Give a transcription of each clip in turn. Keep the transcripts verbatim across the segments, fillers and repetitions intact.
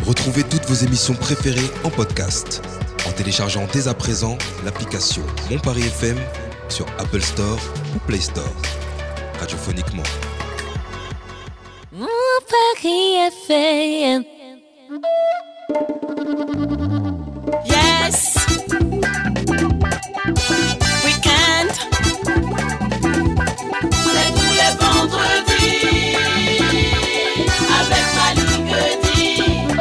Retrouvez toutes vos émissions préférées en podcast en téléchargeant dès à présent l'application Mon Paris F M sur Apple Store ou Play Store. Radiophoniquement. Mon Paris F M. Yes. Weekend. C'est tous les vendredis avec Malik Di.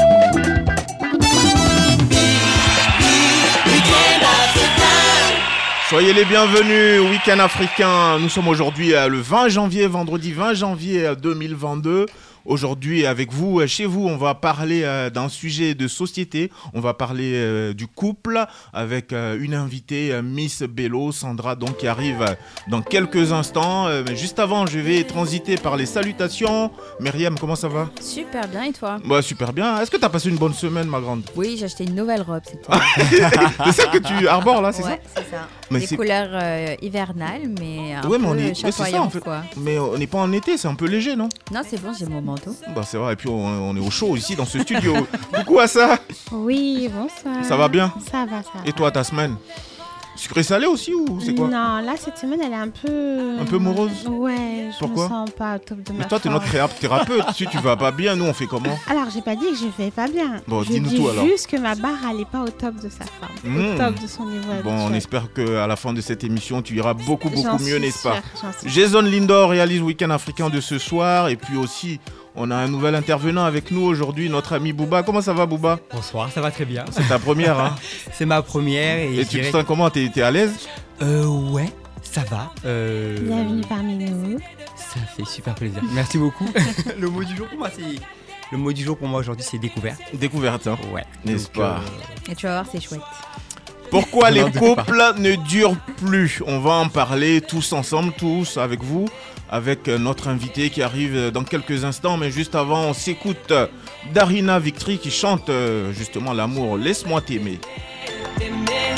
Weekend africain. Soyez les bienvenus au Week-end africain. Nous sommes aujourd'hui euh, le vingt janvier, vendredi vingt janvier deux mille vingt-deux. Aujourd'hui, avec vous, chez vous, on va parler euh, d'un sujet de société. On va parler euh, du couple avec euh, une invitée, euh, Miss Bello, Sandra, donc qui arrive euh, dans quelques instants. Euh, mais juste avant, je vais transiter par les salutations. Myriam, comment ça va? Super bien, et toi? Bah super bien. Est-ce que tu as passé une bonne semaine, ma grande? Oui, j'ai acheté une nouvelle robe, c'est tout. C'est ça que tu arbores là, c'est ouais, ça? c'est ça. Mais Des c'est... couleurs euh, hivernales, mais un Ouais, peu mais on est... ouais, c'est ça, chatoyantes, en fait. quoi. Mais on n'est pas en été, c'est un peu léger, non? Non, c'est bon, j'ai mon manteau. Bah c'est vrai, et puis on, on est au chaud ici dans ce studio. Coucou à ça. Oui, bonsoir. Ça va bien? Ça va, ça va. Et toi, ta semaine? Sucré salé aussi ou c'est quoi? Non, là, cette semaine, elle est un peu... Un peu morose? Ouais, je Pourquoi? me sens pas au top de ma Mais toi, t'es forme. notre thérap- thérapeute. Si tu vas pas bien, nous, on fait comment? Alors, j'ai pas dit que je vais pas bien. Bon, je dis-nous dis tout, alors. juste que ma barre, elle est pas au top de sa forme. Mmh. Au top de son niveau Bon, on habituel. espère qu'à la fin de cette émission, tu iras beaucoup, beaucoup J'en mieux, suis n'est-ce pas? sûre, j'en suis Jason Lindor réalise Week-end africain de ce soir. Et puis aussi, on a un nouvel intervenant avec nous aujourd'hui, notre ami Booba. Comment ça va, Booba? Bonsoir, ça va très bien. C'est ta première, hein? C'est ma première et, Et je tu te dirais- sens comment? T'es t'es à l'aise? Euh ouais, ça va. Euh... Bienvenue parmi nous. Ça fait super plaisir. Merci beaucoup. Le mot du jour pour moi, c'est le mot du jour pour moi aujourd'hui, c'est découverte. Découverte, hein? Ouais. N'est-ce Donc, pas? euh, Et tu vas voir, c'est chouette. Pourquoi les N'en doute pas. couples ne durent plus? On va en parler tous ensemble, tous avec vous, avec notre invité qui arrive dans quelques instants. Mais juste avant, on s'écoute Darina Victory qui chante euh, justement l'amour. Laisse-moi t'aimer. T'aimer,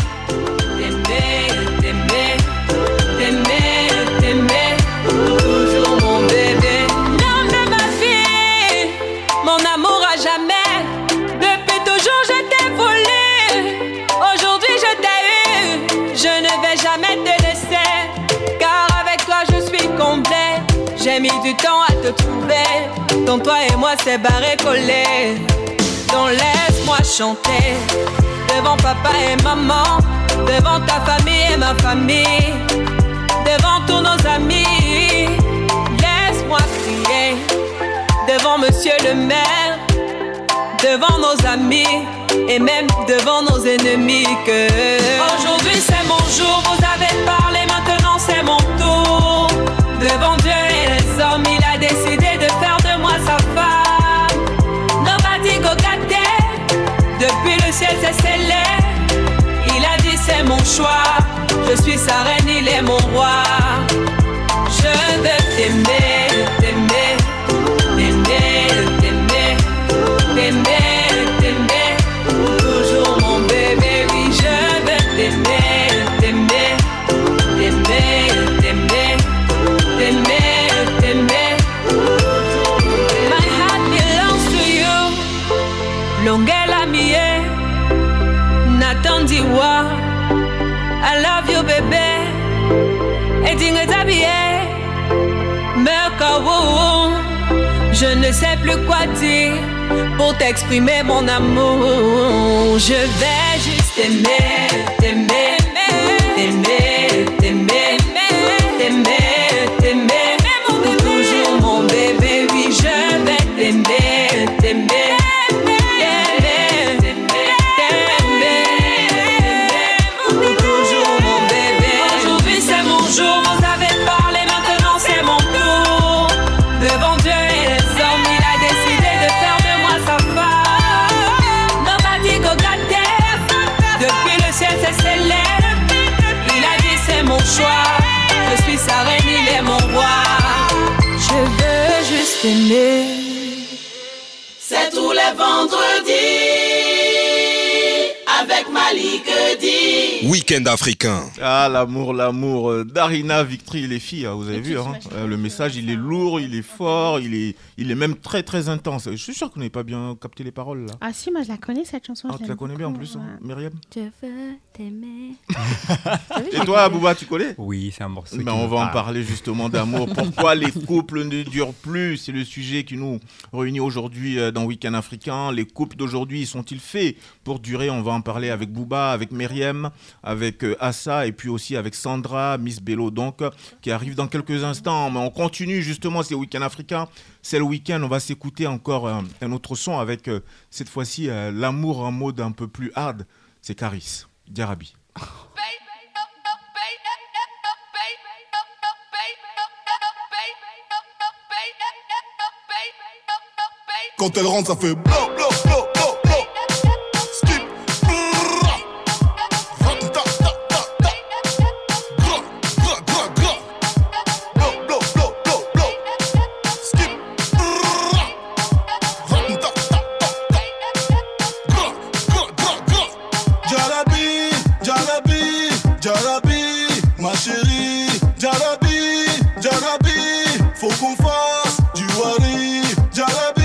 t'aimer, t'aimer, t'aimer, t'aimer, toujours mon bébé. Non mais ma fille, mon amour à jamais. Depuis toujours je t'ai voulu. Aujourd'hui je t'ai eu. Je ne vais jamais te laisser, car avec toi je suis complet. J'ai mis du temps à te trouver. Dans toi et moi c'est barré collé. Donc laisse-moi chanter devant papa et maman, devant ta famille et ma famille, devant tous nos amis. Laisse-moi crier devant monsieur le maire, devant nos amis et même devant nos ennemis que aujourd'hui c'est mon jour, vous avez parlé, maintenant c'est mon tour. Devant Dieu et les hommes, il a décidé de faire de moi sa femme. Nobody go get there. Depuis le ciel c'est scellé. Il a dit c'est mon choix. Je suis sa reine, il est mon roi. Je veux t'aimer, t'aimer, t'aimer, t'aimer, t'aimer, t'aimer, toujours mon bébé. Oui, je veux t'aimer, t'aimer, t'aimer, t'aimer, t'aimer, t'aimer. My heart belongs to you. Longela mie, Nathan Diwa. I love you, bébé. Et Dingue Merkawo. Je ne sais plus quoi dire pour t'exprimer mon amour. Je vais juste t'aimer, t'aimer, t'aimer, t'aimer, t'aimer, t'aimer, toujours mon bébé. Oui, je vais t'aimer, t'aimer. Je suis sa reine, il est mon roi. Je veux juste t'aimer. C'est tous les vendredis avec ma Week-end africain. Ah, l'amour, l'amour. euh, Darina, Victory, les filles, hein, vous avez Et vu, tu hein, t'imagines euh, le pas message, que- il est lourd, il est fort, il est, il est même très, très intense. Je suis sûr que vous n'avez pas bien capté les paroles, là. Ah si, moi je la connais cette chanson. Ah, je tu l'aime la connais bien en beaucoup, plus, hein, ouais. Myriam. Je veux t'aimer. Et toi, Bouba, tu connais? Oui, c'est un morceau. Ben, qui on me va en parle. parler justement d'amour. Pourquoi les couples ne durent plus? C'est le sujet qui nous réunit aujourd'hui euh, dans Week-end africain. Les couples d'aujourd'hui sont-ils faits pour durer? On va en parler avec Bouba, avec Myriam, avec euh, Assa et puis aussi avec Sandra, Miss Bello donc, euh, qui arrive dans quelques instants. Mais on continue justement, c'est Week-end africain. C'est le week-end, on va s'écouter encore euh, un autre son avec euh, cette fois-ci euh, l'amour en mode un peu plus hard. C'est Caris, Diarabi. Quand elle rentre, ça fait blo blo blo blo blo. Skip. Brrra. Rat-ta, ta, ta, ta. Gra, gra, gra, gra. Blo blo blo blo blo. Skip. Brrra. Rat-ta, ta, ta, ta. Gra, gra, gra, gra. Jarabi, Jarabi, Jarabi, ma chérie. Jarabi, Jarabi, faut qu'on fasse du wari. Jarabi.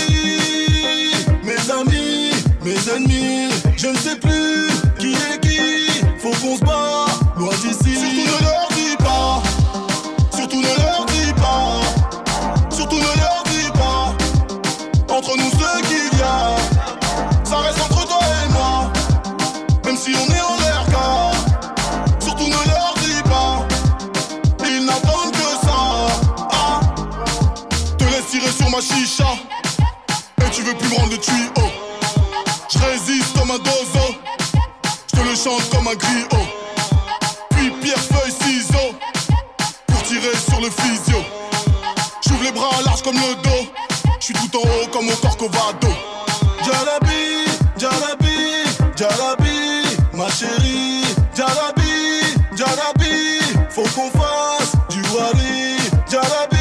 Mes amis, mes ennemis, je ne sais plus qui est qui. Faut qu'on se bat, loin d'ici. Surtout ne leur dis pas, surtout ne leur dis pas, surtout ne leur dis pas. Entre nous ce qu'il y a, ça reste entre toi et moi. Même si on est en l'air car, surtout ne leur dis pas. Ils n'attendent que ça. Ah. Te laisse tirer sur ma chicha. Et tu veux plus me rendre le tuyau. Je résiste comme un dozo. Je te le chante comme un griot. Puis pierre, feuille, ciseaux. Pour tirer sur le physio. J'ouvre les bras larges comme le dos. Je suis tout en haut comme au Corcovado. Jarabi, Jarabi, Jarabi, ma chérie. Jarabi, Jarabi, faut qu'on fasse du wari. Jarabi.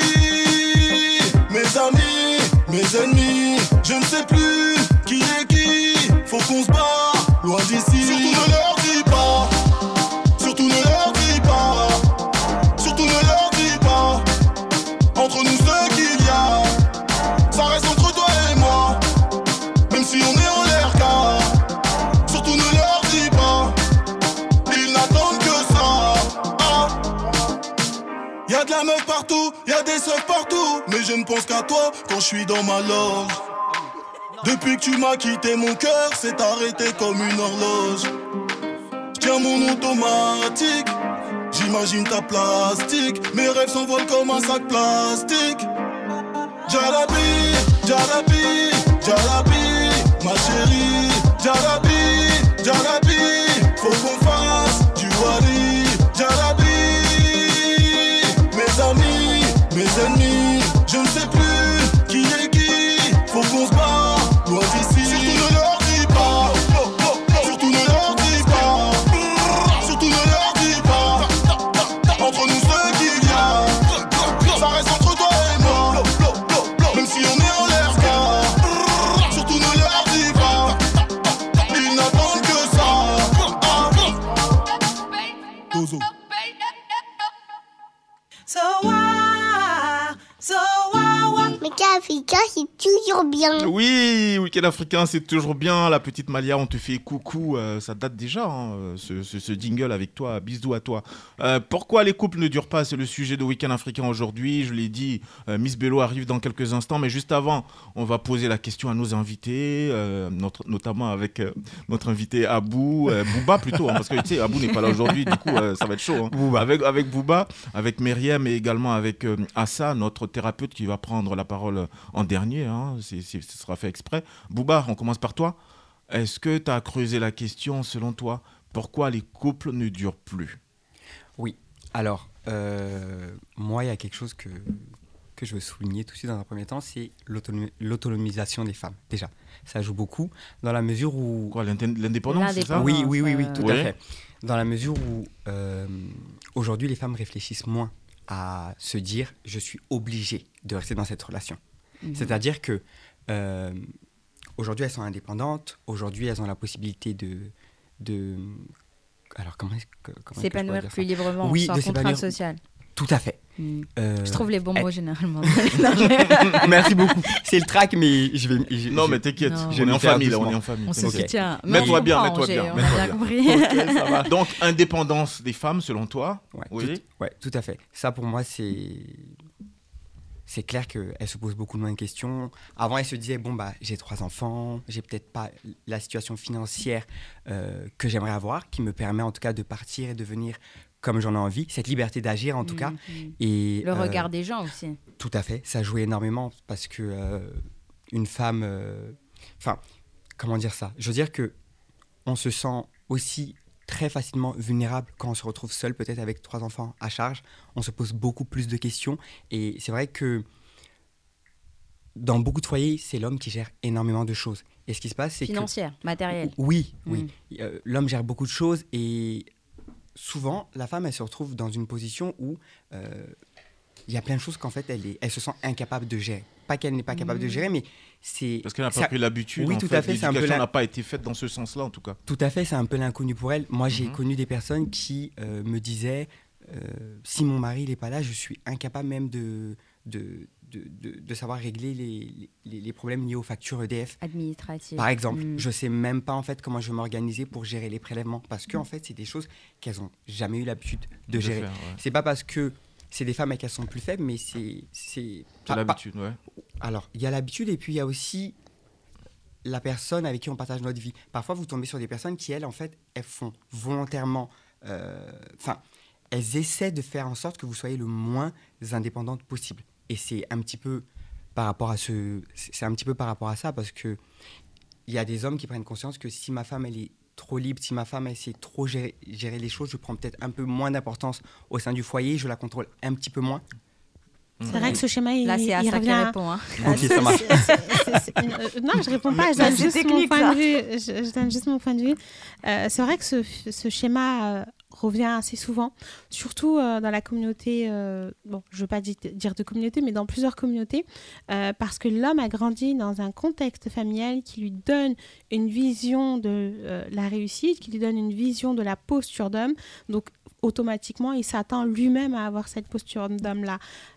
Mes amis, mes ennemis, je ne sais plus qui est qui. Faut qu'on se bat, loin d'ici. Surtout ne leur dis pas, surtout ne leur dis pas, surtout ne leur dis pas. Entre nous ce qu'il y a, ça reste entre toi et moi. Même si on est en l'air car, surtout ne leur dis pas. Ils n'attendent que ça. Ah. Y'a de la meuf partout, y'a des seufs partout. Mais je ne pense qu'à toi quand je suis dans ma loge. Depuis que tu m'as quitté, mon cœur s'est arrêté comme une horloge. Tiens mon automatique, j'imagine ta plastique. Mes rêves s'envolent comme un sac plastique. Jarabi, Jarabi, Jarabi, ma chérie. Jarabi, Jarabi, faut qu'on fasse du wari. Jarabi. Mes amis, mes ennemis, je ne sais plus qui est qui. Faut qu'on se bat, loin d'ici. Surtout ne leur dis pas, surtout ne leur dis pas, surtout ne leur dis pas. Entre nous ce qu'il y a, ça reste entre toi et moi. Même si on est en l'air car, surtout ne leur dis pas. Ils n'attendent que ça. Dozo. So why, so why, why? Mais Africain, c'est toujours bien. Oui, Week-end africain, c'est toujours bien. La petite Malia, on te fait coucou. euh, ça date déjà, hein, ce, ce- ce jingle avec toi. Bisous à toi. Euh, pourquoi les couples ne durent pas? C'est le sujet de Week-end africain aujourd'hui. Je l'ai dit, euh, Miss Bello arrive dans quelques instants. Mais juste avant, on va poser la question à nos invités, euh, notre, notamment avec euh, notre invité Abou, euh, Bouba plutôt, hein, parce que tu sais, Abou n'est pas là aujourd'hui. Du coup, euh, ça va être chaud. Hein. Bouba. Avec, avec Bouba, avec Myriam et également avec euh, Assa, notre thérapeute qui va prendre la parole en dernier, hein, c'est, c'est, ce sera fait exprès. Bouba, on commence par toi. Est-ce que tu as creusé la question selon toi? Pourquoi les couples ne durent plus? Oui. Alors, euh, moi, il y a quelque chose que, que je veux souligner tout de suite dans un premier temps, c'est l'autonomi- l'autonomisation des femmes. Déjà, ça joue beaucoup dans la mesure où... Quoi, l'indé- l'indépendance, c'est ça? L'indépendance. Oui, oui, oui, oui, euh, tout Ouais. à fait. Dans la mesure où euh, aujourd'hui, les femmes réfléchissent moins à se dire « je suis obligée de rester dans cette relation ». Mhm. C'est-à-dire que euh, aujourd'hui, elles sont indépendantes. Aujourd'hui, elles ont la possibilité de, de alors comment est-ce que comment est-ce que je pourrais S'épanouir dire ça plus librement, Oui, sans de contrainte s'épanouir. sociale. Tout à fait. Mm. Euh, Je trouve les bons eh, mots généralement. Merci beaucoup. C'est le track, mais je vais. je- Non, je- mais t'inquiète, Non. on Je est vais en le faire famille, là, on doucement. est en famille. On se t'inquiète. soutient. Mets-toi Mais bien, on mets-toi comprend, bien, j'ai- on mets-toi a bien. compris. Ok, ça va. Donc, indépendance des femmes, selon toi. Ouais, Oui. tout, ouais, tout à fait. Ça, pour moi, c'est. C'est clair qu'elle se pose beaucoup moins de questions. Avant, elle se disait bon, bah, j'ai trois enfants, j'ai peut-être pas la situation financière euh, que j'aimerais avoir, qui me permet en tout cas de partir et de venir comme j'en ai envie, cette liberté d'agir en tout cas. Mhm. Et, Le euh, regard des gens aussi. Tout à fait, ça jouait énormément parce que euh, une femme, euh, enfin, comment dire ça Je veux dire que on se sent aussi très facilement vulnérable quand on se retrouve seul, peut-être avec trois enfants à charge. On se pose beaucoup plus de questions et c'est vrai que dans beaucoup de foyers, c'est l'homme qui gère énormément de choses. Et ce qui se passe, c'est que Financière, matérielle. oui, Mm. oui. Euh, l'homme gère beaucoup de choses et souvent, la femme, elle se retrouve dans une position où euh, il y a plein de choses qu'en fait, elle, est, elle se sent incapable de gérer. Pas qu'elle n'est pas capable de gérer, mais c'est... Parce qu'elle n'a pas ça- pris l'habitude. Oui, en tout fait. à fait, c'est un peu L'éducation la- n'a pas été faite dans ce sens-là, en tout cas. Tout à fait, c'est un peu l'inconnu pour elle. Moi, j'ai Mhm. connu des personnes qui euh, me disaient euh, si mon mari n'est pas là, je suis incapable même de, de, de, de, de savoir régler les, les, les problèmes liés aux factures E D F. Administrative. Par exemple, Mm. je sais même pas en fait comment je vais m'organiser pour gérer les prélèvements parce que en fait, c'est des choses qu'elles ont jamais eu l'habitude de, gérer. faire, ouais. C'est pas parce que c'est des femmes et qu'elles sont plus faibles, mais c'est c'est C'est pas- l'habitude, ouais. pas- Alors, il y a l'habitude et puis il y a aussi la personne avec qui on partage notre vie. Parfois, vous tombez sur des personnes qui, elles, en fait, elles font volontairement... euh, Enfin, elles essaient de faire en sorte que vous soyez le moins indépendante possible. Et c'est un petit peu par rapport à ce... C'est un petit peu par rapport à ça, parce que il y a des hommes qui prennent conscience que si ma femme, elle est trop libre, si ma femme, elle sait trop gérer, gérer les choses, je prends peut-être un peu moins d'importance au sein du foyer, je la contrôle un petit peu moins. C'est vrai que ce schéma, il, Là, c'est à il ça revient qu'il à- répond. Hein. Ok, ça marche. C'est- c'est- c'est- euh, non, je réponds pas, je Ça, donne c'est juste mon technique, point ça. de vue. Je, je donne juste mon point de vue. Euh, c'est vrai que ce, ce schéma euh, revient assez souvent, surtout euh, dans la communauté, euh, bon, je ne veux pas di- dire de communauté, mais dans plusieurs communautés, euh, parce que l'homme a grandi dans un contexte familial qui lui donne une vision de euh, la réussite, qui lui donne une vision de la posture d'homme. Donc, automatiquement, il s'attend lui-même à avoir cette posture d'homme-là.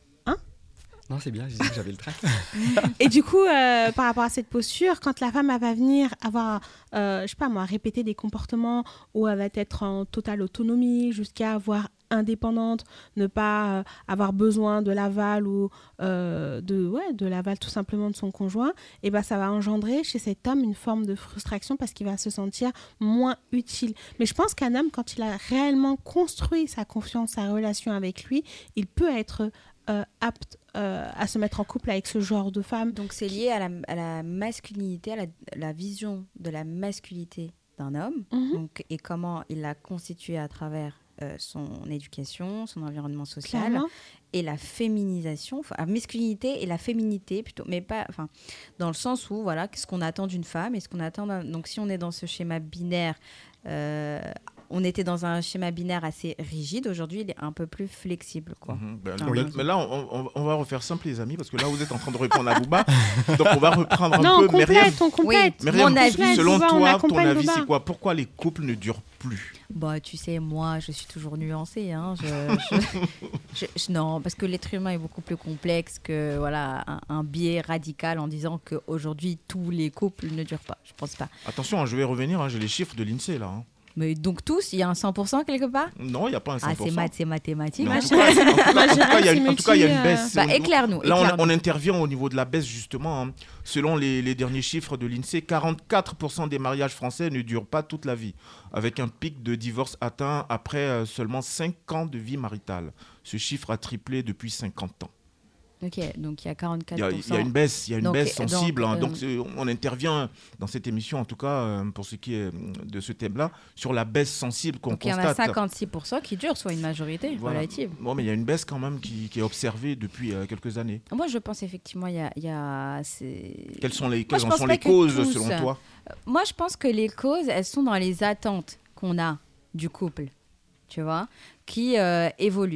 Non, c'est bien, j'ai dit que j'avais le trac. Et du coup, euh, par rapport à cette posture, quand la femme elle va venir avoir, euh, je sais pas moi, répéter des comportements où elle va être en totale autonomie jusqu'à avoir indépendante, ne pas euh, avoir besoin de l'aval ou euh, de, ouais, de l'aval tout simplement de son conjoint, et ben ça va engendrer chez cet homme une forme de frustration parce qu'il va se sentir moins utile. Mais je pense qu'un homme, quand il a réellement construit sa confiance, sa relation avec lui, il peut être euh, apte euh, à se mettre en couple avec ce genre de femme. Donc c'est lié à la, à la masculinité, à la, la vision de la masculinité d'un homme, Mhm. donc, et comment il l'a constitué à travers euh, son éducation, son environnement social, Clairement. et la féminisation, enfin la masculinité et la féminité plutôt, mais pas, enfin, dans le sens où voilà, qu'est-ce qu'on attend d'une femme et ce qu'on attend d'un... Donc si on est dans ce schéma binaire, euh, on était dans un schéma binaire assez rigide, aujourd'hui il est un peu plus flexible, quoi. Mhm. Ben, Ah mais- oui. mais là, on, on- on va refaire simple, les amis, parce que là, vous êtes en train de répondre à Bouba. Donc, on va reprendre un Non, peu. on complète, on complète. Myriam, Mon avis. selon Bouba, on toi, ton accompagne avis, Bouba. c'est quoi? Pourquoi les couples ne durent plus? Bah, tu sais, moi, je suis toujours nuancée. Hein. Je, je- je- je- non, parce que l'être humain est beaucoup plus complexe que voilà, un, un biais radical en disant qu'aujourd'hui, tous les couples ne durent pas. Je pense pas. Attention, hein, je vais revenir, hein, j'ai les chiffres de l'INSEE, là. hein. Mais donc tous, il y a un cent pour cent quelque part? Non, il n'y a pas un cent Ah, pour c'est cent. math, c'est mathématique. Non, Ma en tout cas, en tout cas- en tout cas, il y a une- en tout cas, il y a une euh, baisse. Bah, Au niveau- éclaire-nous. Là, éclaire-nous. on, on intervient au niveau de la baisse, justement. hein. Selon les, les derniers chiffres de l'INSEE, quarante-quatre pour cent des mariages français ne durent pas toute la vie, avec un pic de divorce atteint après euh, seulement cinq ans de vie maritale. Ce chiffre a triplé depuis cinquante ans. Ok, donc il y a quarante-quatre Il y a, pour cent. il y a une baisse, il y a une Donc, baisse euh, sensible. donc, hein. euh, Donc, c'est- on intervient dans cette émission, en tout cas, euh, pour ce qui est de ce thème-là, sur la baisse sensible qu'on Donc il y en a constate. cinquantasix pour cent qui durent, soit une majorité Voilà. relative. Bon, mais il y a une baisse quand même qui, qui est observée depuis euh, quelques années. Moi, je pense effectivement, il y a... il y a c'est- Quelles sont les, Moi, quelles je en pense sont pas les que causes, tous, selon toi? Moi, je pense que les causes, elles sont dans les attentes qu'on a du couple, tu vois, qui euh, évoluent.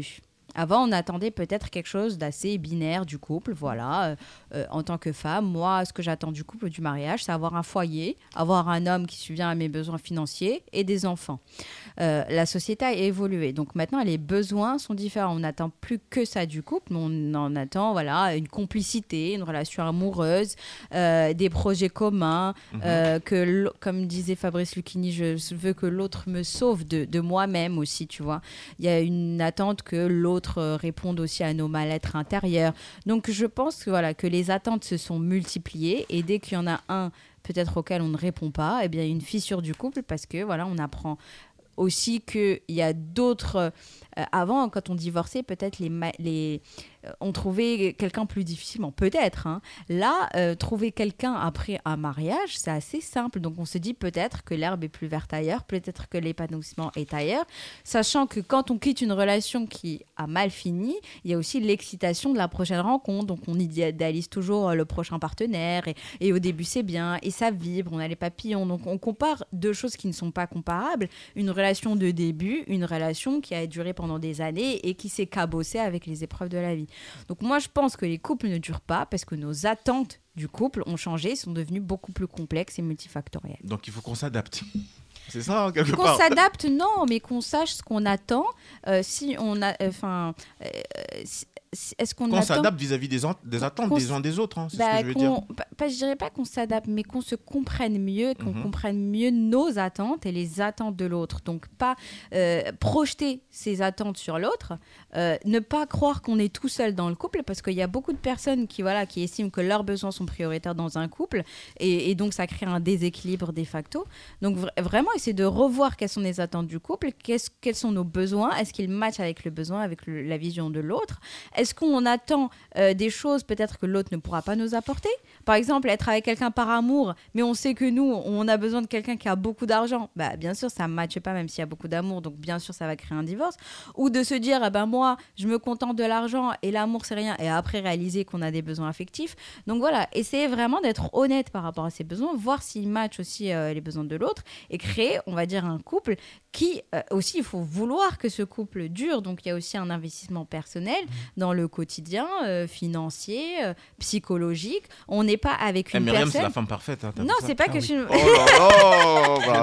Avant, on attendait peut-être quelque chose d'assez binaire du couple. Voilà, euh, euh, en tant que femme, moi, ce que j'attends du couple, du mariage, c'est avoir un foyer, avoir un homme qui subvient à mes besoins financiers et des enfants. Euh, la société a évolué. Donc maintenant, les besoins sont différents. On n'attend plus que ça du couple, mais on en attend voilà, une complicité, une relation amoureuse, euh, des projets communs. Mmh. Euh, que, comme disait Fabrice Lucchini, je veux que l'autre me sauve de, de moi-même aussi, tu vois. Il y a une attente que l'autre répondent aussi à nos mal-être intérieurs. Donc, je pense que, voilà, que les attentes se sont multipliées et dès qu'il y en a un, peut-être auquel on ne répond pas, eh bien, il y a une fissure du couple parce que, voilà, on apprend aussi qu'il y a d'autres... Euh, avant, quand on divorçait, peut-être les... Ma- les euh, on trouvait quelqu'un plus difficilement, peut-être. Hein. Là, euh, trouver quelqu'un après un mariage, c'est assez simple. Donc, on se dit peut-être que l'herbe est plus verte ailleurs, peut-être que l'épanouissement est ailleurs, sachant que quand on quitte une relation qui a mal fini, il y a aussi l'excitation de la prochaine rencontre. Donc, on idéalise toujours le prochain partenaire et, et au début, c'est bien et ça vibre, on a les papillons. Donc, on compare deux choses qui ne sont pas comparables. Une relation de début, une relation qui a duré pendant des années et qui s'est cabossée avec les épreuves de la vie. Donc moi, je pense que les couples ne durent pas parce que nos attentes du couple ont changé, sont devenues beaucoup plus complexes et multifactorielles. Donc il faut qu'on s'adapte. C'est ça, hein, quelque qu'on part. Qu'on s'adapte, non, mais qu'on sache ce qu'on attend. Euh, si on a, enfin, euh, si, est-ce qu'on, qu'on attend... s'adapte vis-à-vis des, en... des attentes des uns des autres, hein, c'est bah, ce que je veux dire. Pas, pas, je dirais pas qu'on s'adapte, mais qu'on se comprenne mieux, qu'on Mm-hmm. comprenne mieux nos attentes et les attentes de l'autre. Donc, pas euh, projeter ses attentes sur l'autre, euh, ne pas croire qu'on est tout seul dans le couple, parce qu'il y a beaucoup de personnes qui, voilà, qui estiment que leurs besoins sont prioritaires dans un couple, et, et donc ça crée un déséquilibre de facto. Donc, vra- vraiment, essayer de revoir quelles sont les attentes du couple, qu'est-ce, quels sont nos besoins, est-ce qu'ils matchent avec le besoin, avec le, la vision de l'autre. Est-ce qu'on attend euh, des choses peut-être que l'autre ne pourra pas nous apporter ? Par exemple, être avec quelqu'un par amour, mais on sait que nous, on a besoin de quelqu'un qui a beaucoup d'argent. Bah, bien sûr, ça ne matche pas même s'il y a beaucoup d'amour, donc bien sûr, ça va créer un divorce. Ou de se dire, eh ben, moi, je me contente de l'argent et l'amour, c'est rien. Et après, réaliser qu'on a des besoins affectifs. Donc voilà, essayer vraiment d'être honnête par rapport à ses besoins, voir s'ils matchent aussi euh, les besoins de l'autre et créer, on va dire, un couple qui, euh, aussi, il faut vouloir que ce couple dure. Donc, il y a aussi un investissement personnel dans le quotidien, euh, financier, euh, psychologique. On n'est pas avec une eh, Myriam, personne... c'est la femme parfaite. Hein, non, c'est pas ah, que oui. je suis... Oh là là,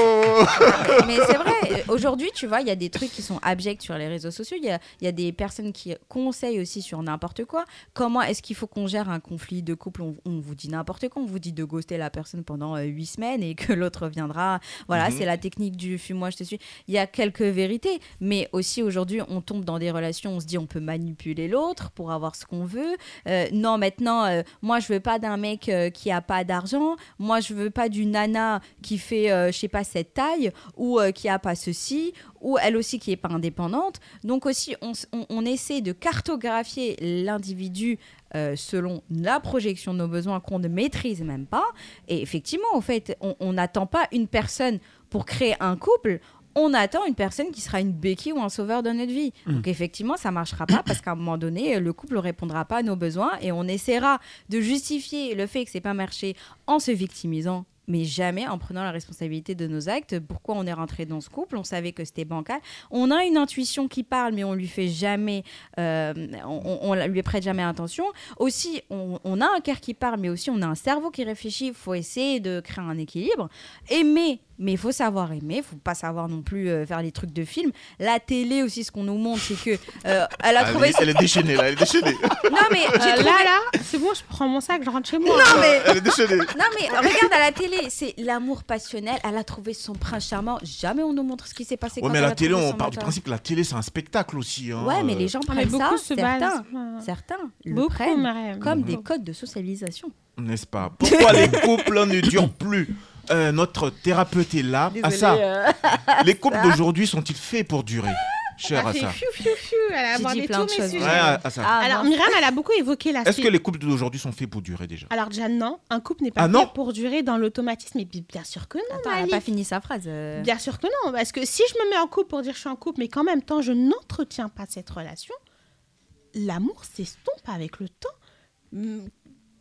bravo. Mais c'est vrai, aujourd'hui, tu vois, il y a des trucs qui sont abjects sur les réseaux sociaux. Il y a, il y a des personnes qui conseillent aussi sur n'importe quoi. Comment est-ce qu'il faut qu'on gère un conflit de couple ? on, on vous dit n'importe quoi. On vous dit de ghoster la personne pendant huit euh, semaines et que l'autre viendra. Voilà, mm-hmm. c'est la technique du fuis-moi, je te suis. Il y a quelques vérités. Mais aussi, aujourd'hui, on tombe dans des relations, on se dit on peut manipuler l'autre pour avoir ce qu'on veut. Euh, non, maintenant, euh, moi, je veux pas d'un mec euh, qui a pas d'argent. Moi, je veux pas d'une nana qui fait, euh, je sais pas, cette taille ou euh, qui a pas ceci, ou elle aussi qui est pas indépendante. Donc aussi, on, on, on essaie de cartographier l'individu euh, selon la projection de nos besoins qu'on ne maîtrise même pas. Et effectivement, en fait, on n'attend pas une personne pour créer un couple. On attend une personne qui sera une béquille ou un sauveur de notre vie. Mmh. Donc effectivement, ça ne marchera pas parce qu'à un moment donné, le couple ne répondra pas à nos besoins et on essaiera de justifier le fait que ce n'est pas marché en se victimisant, mais jamais en prenant la responsabilité de nos actes. Pourquoi on est rentré dans ce couple ? On savait que c'était bancal. On a une intuition qui parle, mais on lui fait jamais, euh, on, on, on lui prête jamais attention. Aussi, on, on a un cœur qui parle, mais aussi on a un cerveau qui réfléchit. Il faut essayer de créer un équilibre. Aimer, mais il faut savoir aimer. Il ne faut pas savoir non plus euh, faire les trucs de film. La télé aussi, ce qu'on nous montre, c'est que euh, elle a ah, trouvé. Elle, elle est déchaînée là, elle est déchaînée. Non mais euh, trouvé... là là, c'est bon, je prends mon sac, je rentre chez moi. Non mais. Elle est déchaînée. Non mais regarde à la télé. C'est l'amour passionnel. Elle a trouvé son prince charmant. Jamais on nous montre ce qui s'est passé. Ouais, quand mais elle la a télé, trouvé on son parle du matin. principe que la télé, c'est un spectacle aussi. Hein. Ouais, mais les gens prennent ça, certains, certains le beaucoup, prennent Mariam. comme Beaucoup. des codes de socialisation. N'est-ce pas ? Pourquoi les couples ne durent plus ? euh, Notre thérapeute est là. Désolée, Ah ça, euh... les couples d'aujourd'hui sont-ils faits pour durer ? Cher Elle à ça. fait fiu, fiu, fiu, elle a J'ai abordé dit plein tous de mes choses. sujets. Ouais, à, à ça. Ah, Alors, non. Myriam, elle a beaucoup évoqué la Est-ce que les couples d'aujourd'hui sont faits pour durer déjà ? Alors, déjà, non. Un couple n'est pas Ah, fait non pour durer dans l'automatisme. Mais bien sûr que non, Attends, elle n'a Malik. pas fini sa phrase. euh. Bien sûr que non. Parce que si je me mets en couple pour dire je suis en couple, mais qu'en même temps, je n'entretiens pas cette relation, l'amour s'estompe avec le temps. Hum,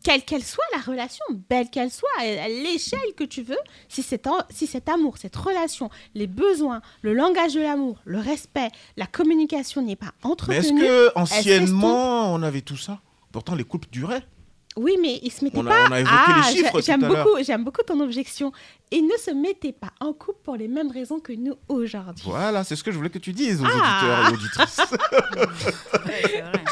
quelle qu'elle soit la relation, belle qu'elle soit, à à l'échelle que tu veux, si, cet en- si cet amour, cette relation, les besoins, le langage de l'amour, le respect, la communication n'est pas Mais entretenue... est-ce que s'estompe. anciennement, on avait tout ça? Pourtant, les couples duraient. Oui, mais ils se mettaient On a- pas... on a évoqué ah, les chiffres j'ai- tout j'aime à l'heure. beaucoup, j'aime beaucoup ton objection. Ils ne se mettaient pas en couple pour les mêmes raisons que nous aujourd'hui. Voilà, c'est ce que je voulais que tu dises aux Ah. auditeurs et auditrices. Ouais, c'est vrai.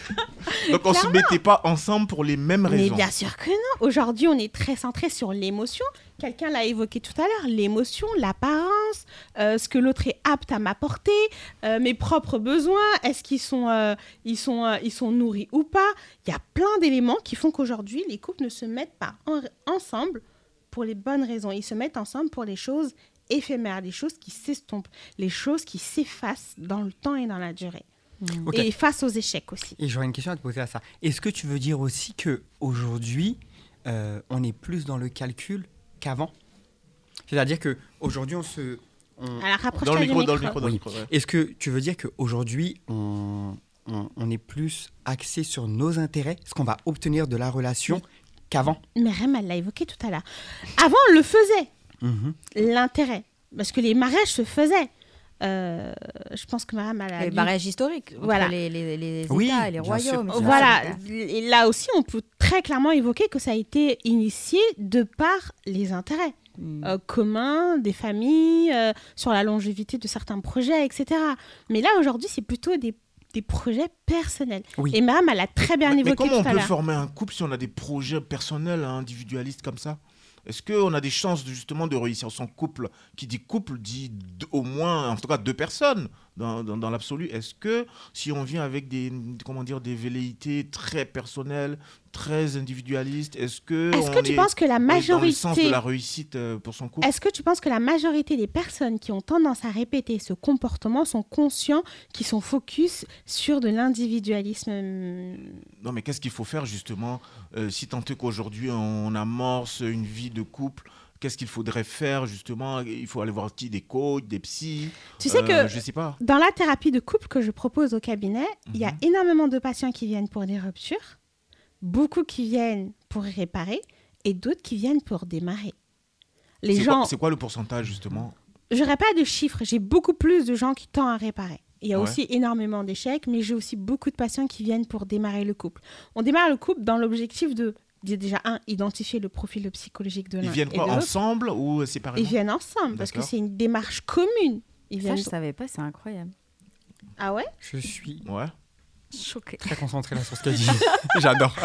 Donc, on ne se mettait pas ensemble pour les mêmes Mais raisons. bien sûr que non. Aujourd'hui, on est très centré sur l'émotion. Quelqu'un l'a évoqué tout à l'heure. L'émotion, l'apparence, euh, ce que l'autre est apte à m'apporter, euh, mes propres besoins. Est-ce qu'ils sont, euh, ils sont, euh, ils sont nourris ou pas? Il y a plein d'éléments qui font qu'aujourd'hui, les couples ne se mettent pas en- ensemble pour les bonnes raisons. Ils se mettent ensemble pour les choses éphémères, les choses qui s'estompent, les choses qui s'effacent dans le temps et dans la durée. Ok. Et face aux échecs aussi. Et j'aurais une question à te poser à ça. Est-ce que tu veux dire aussi qu'aujourd'hui, euh, on est plus dans le calcul qu'avant? C'est-à-dire qu'aujourd'hui, on se... on- Alors, rapproche-toi Dans le du micro, dans le micro. micro, dans le Oui. micro. ouais. Est-ce que tu veux dire qu'aujourd'hui, on, on, on est plus axé sur nos intérêts, ce qu'on va obtenir de la relation, qu'avant? Myriam, elle l'a évoqué tout à l'heure. Avant, on le faisait, Mhm. l'intérêt. Parce que les mariages se faisaient. Euh, je pense que Myriam, elle a Les lu- barrages historiques entre Voilà. les, les, les Oui, États et les bien sûr. royaumes. et cetera. Voilà. Et là aussi, on peut très clairement évoquer que ça a été initié de par les intérêts Mm. euh, communs des familles, euh, sur la longévité de certains projets, et cetera. Mais là, aujourd'hui, c'est plutôt des, des projets personnels. Oui. Et Myriam, elle a très bien Mais, mais évoqué comment tout on à peut l'heure. former un couple si on a des projets personnels, hein, individualistes comme ça? Est-ce qu'on a des chances de, justement de réussir son couple? Qui dit couple dit d- au moins, en tout cas deux personnes dans, dans, dans l'absolu. Est-ce que si on vient avec des, comment dire, des velléités très personnelles, très individualistes, est-ce que Est-ce que on tu est- penses que la on est dans le sens majorité... de la réussite euh, pour son couple? Est-ce que tu penses que la majorité des personnes qui ont tendance à répéter ce comportement sont conscients qu'ils sont focus sur de l'individualisme hum, Non, mais qu'est-ce qu'il faut faire justement euh, si tant est qu'aujourd'hui on amorce une vie de couple? Qu'est-ce qu'il faudrait faire justement? Il faut aller voir qui? Des coachs, des psys? Tu sais euh, que je sais pas. dans la thérapie de couple que je propose au cabinet, il y a Mhm. énormément de patients qui viennent pour des ruptures, beaucoup qui viennent pour réparer et d'autres qui viennent pour démarrer. Les C'est gens, quoi, c'est quoi le pourcentage justement? j'aurais pas de chiffres, j'ai beaucoup plus de gens qui tendent à réparer. Il y a Ouais. aussi énormément d'échecs, mais j'ai aussi beaucoup de patients qui viennent pour démarrer le couple. On démarre le couple dans l'objectif de, de déjà, un, identifier le profil psychologique de l'un Ils viennent et quoi, de l'autre. ensemble ou séparément? Ils viennent ensemble, parce que D'accord. c'est une démarche commune. Ils Ça, viennent... je savais pas, c'est incroyable. Ah ouais? Je suis Ouais. Choquée. très concentré là sur ce qu'elle dit. J'adore.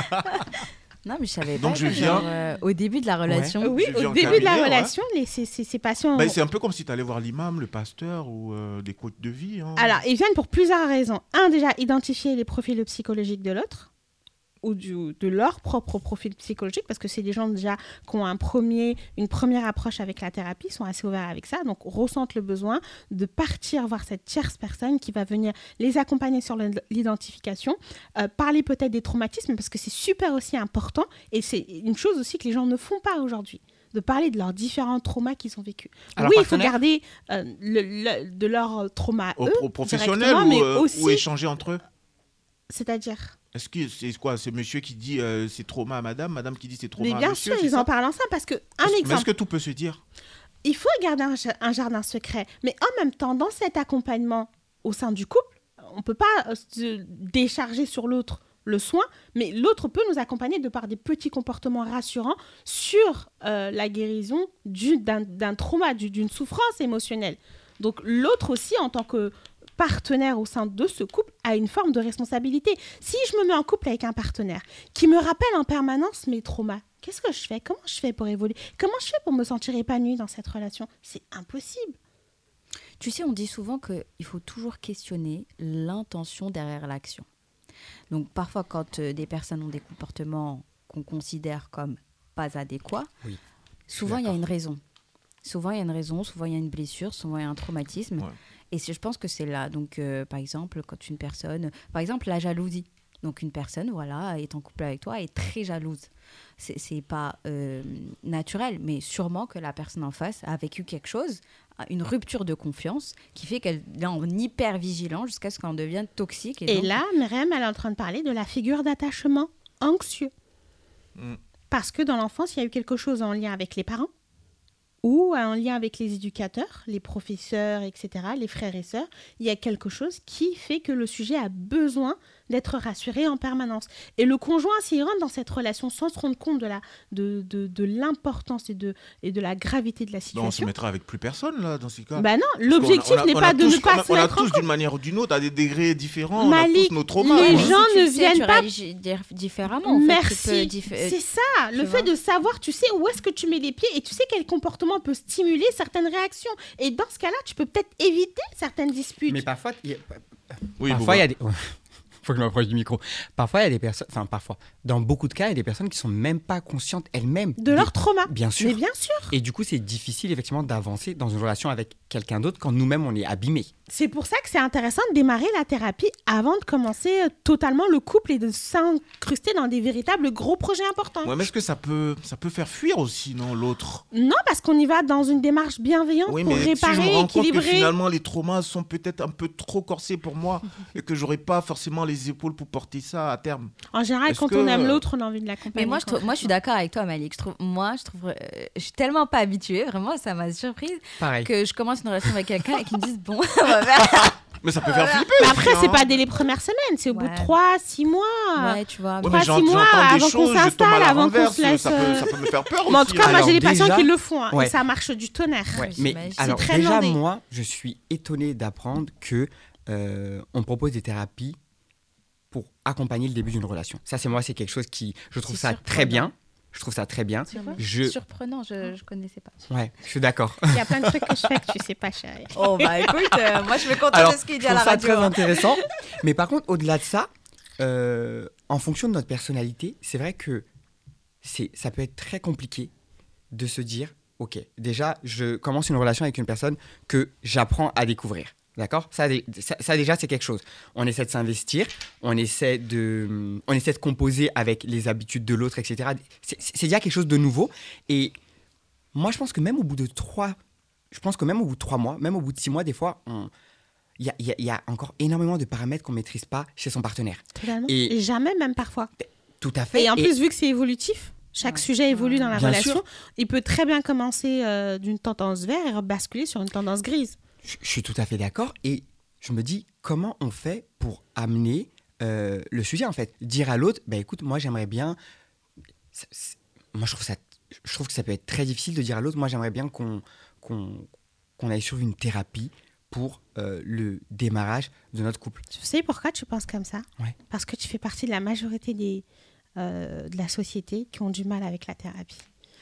Non, mais je savais Donc, pas. je que, viens- genre, euh, au début de la relation. Oui, Je vis au en début de la cabinet, ouais. relation, les, ces, ces, ces patients... Bah, c'est un peu comme si tu allais voir l'imam, le pasteur ou euh, des coachs de vie. hein. Alors, ils viennent pour plusieurs raisons. Un, déjà, identifier les profils psychologiques de l'autre ou du, de leur propre profil psychologique, parce que c'est des gens déjà qui ont un premier, une première approche avec la thérapie, sont assez ouverts avec ça, donc ressentent le besoin de partir voir cette tierce personne qui va venir les accompagner sur le- l'identification, euh, parler peut-être des traumatismes, parce que c'est super aussi important, et c'est une chose aussi que les gens ne font pas aujourd'hui, de parler de leurs différents traumas qu'ils ont vécus. À leur Oui, il faut partenaire garder euh, le, le- de leurs traumas à Au, eux, au professionnel directement, ou, mais euh, aussi... ou échanger entre eux? C'est-à-dire... Est-ce que c'est quoi? C'est monsieur qui dit euh, c'est trauma à madame, madame qui dit c'est trauma Mais à bien monsieur? sûr, c'est ils ça? en parlent ensemble parce que, un Est-ce- mais exemple, est-ce que tout peut se dire? il faut garder un, ja- un jardin secret, mais en même temps, dans cet accompagnement au sein du couple, on ne peut pas euh, se décharger sur l'autre le soin, mais l'autre peut nous accompagner de par des petits comportements rassurants sur euh, la guérison du- d'un d'un trauma, du- d'une souffrance émotionnelle. Donc l'autre aussi, en tant que partenaire au sein de ce couple, a une forme de responsabilité. Si je me mets en couple avec un partenaire qui me rappelle en permanence mes traumas, qu'est-ce que je fais? Comment je fais pour évoluer? Comment je fais pour me sentir épanouie dans cette relation? C'est impossible. Tu sais, on dit souvent qu'il faut toujours questionner l'intention derrière l'action. Donc parfois, quand euh, des personnes ont des comportements qu'on considère comme pas adéquats, Oui, souvent il y a d'accord. une raison. Souvent il y a une raison, souvent il y a une blessure, souvent il y a un traumatisme. Ouais. Et c'est- je pense que c'est là. Donc euh, par exemple, quand une personne, par exemple la jalousie. Donc une personne, voilà, est en couple avec toi, est très jalouse. C'est, c'est pas euh, naturel, mais sûrement que la personne en face a vécu quelque chose, une rupture de confiance, qui fait qu'elle est en hyper vigilant jusqu'à ce qu'elle en devienne toxique. Et, Et donc, là, Myriam, elle est en train de parler de la figure d'attachement anxieux. Mm. Parce que dans l'enfance, il y a eu quelque chose en lien avec les parents ou en lien avec les éducateurs, les professeurs, et cetera, les frères et sœurs. Il y a quelque chose qui fait que le sujet a besoin d'être rassuré en permanence. Et le conjoint, s'il rentre dans cette relation sans se rendre compte de, la, de, de, de l'importance et de, et de la gravité de la Non, on se situation... mettra avec plus personne, là, dans ces cas. Bah non, Parce l'objectif qu'on a- on a- n'est on pas a de tous- ne pas on a- se On a mettre en tous, d'une manière ou d'une autre, à des degrés différents, on Malik, a tous nos traumas. les quoi. gens Si tu ne le sais, viennent tu pas- réagis di- différemment. En fait. Merci, Tu peux diff- euh, c'est ça, le tu fait vois. de savoir, tu sais où est-ce que tu mets les pieds et tu sais quel comportement peut stimuler certaines réactions. Et dans ce cas-là, tu peux peut-être éviter certaines disputes. Mais parfois, il y a, Oui, parfois, Bouba. il y a des... Faut que je m'approche du micro. Parfois, il y a des personnes... Enfin, parfois. Dans beaucoup de cas, il y a des personnes qui sont même pas conscientes elles-mêmes. De leur des- trauma. Bien sûr. Mais bien sûr. Et du coup, c'est difficile, effectivement, d'avancer dans une relation avec quelqu'un d'autre quand nous-mêmes, on est abîmés. C'est pour ça que c'est intéressant de démarrer la thérapie avant de commencer euh, totalement le couple et de s'incruster dans des véritables gros projets importants. Ouais, mais est-ce que ça peut, ça peut faire fuir aussi, non, l'autre? Non, parce qu'on y va dans une démarche bienveillante Oui, pour mais si je me réparer, rends compte que équilibrer. finalement les traumas sont peut-être un peu trop corsés pour moi et que j'aurais pas forcément les épaules pour porter ça à terme. En général, Est-ce quand que- on aime l'autre, on a envie de l'accompagner. Mais moi je, trouve, moi, je suis d'accord avec toi, Malik. Je trouve, moi, je trouve, euh, je suis tellement pas habituée, vraiment, ça m'a surprise Pareil. que je commence une relation avec quelqu'un et qu'ils me disent bon, on va faire. Mais ça peut faire flipper. Mais aussi, après, c'est hein. pas dès les premières semaines, c'est au bout de Ouais. trois, six mois. Ouais, tu vois. Ouais, Trois, mais six j'en- mois j'entends des avant qu'on choses, je tombe à s'installe, la avant qu'on renverse, se laisse, ça peut, euh, ça peut me faire peur Mais en aussi, tout cas, hein. moi, j'ai des Alors, patients déjà- qui le font hein, Ouais. et ça marche du tonnerre. Ouais, Ouais, mais j'imagine. alors très déjà, demandé. moi, je suis étonné d'apprendre que euh, on propose des thérapies pour accompagner le début d'une relation. Ça, c'est moi, c'est quelque chose qui, je trouve C'est ça surprenant. très bien. Je trouve ça très bien. C'est quoi Je, Surprenant, je, je connaissais pas. ouais, je suis d'accord. Il y a plein de trucs que je fais que tu sais pas, chérie. Oh bah écoute, euh, moi je me contente Alors, de ce qu'il je dit à la trouve ça radio. très hein. intéressant. Mais par contre, au-delà de ça, euh, en fonction de notre personnalité, c'est vrai que c'est, ça peut être très compliqué de se dire, ok, déjà, je commence une relation avec une personne que j'apprends à découvrir. D'accord, ça, dé- ça, ça, déjà, c'est quelque chose. On essaie de s'investir, on essaie de, on essaie de composer avec les habitudes de l'autre, et cetera. C'est, c'est déjà quelque chose de nouveau. Et moi, je pense que même au bout de trois, je pense que même au bout de trois mois, même au bout de six mois, des fois, on, il y a, il y a- il y a encore énormément de paramètres qu'on ne maîtrise pas chez son partenaire. Totalement. Et- Et jamais, même parfois. Tout à fait. Et en plus, vu que c'est évolutif, chaque Ouais. sujet évolue dans la Bien relation, sûr. il peut très bien commencer euh, d'une tendance vert et basculer sur une tendance grise. je, je suis tout à fait d'accord. Et je me dis, comment on fait pour amener euh, le sujet, en fait? Dire à l'autre, bah, écoute, moi, j'aimerais bien... c'est- c'est- Moi, je trouve, ça, je trouve que ça peut être très difficile de dire à l'autre, moi, j'aimerais bien qu'on, qu'on, qu'on aille sur une thérapie pour euh, le démarrage de notre couple. Tu sais pourquoi tu penses comme ça? Ouais. Parce que tu fais partie de la majorité des, euh, de la société qui ont du mal avec la thérapie.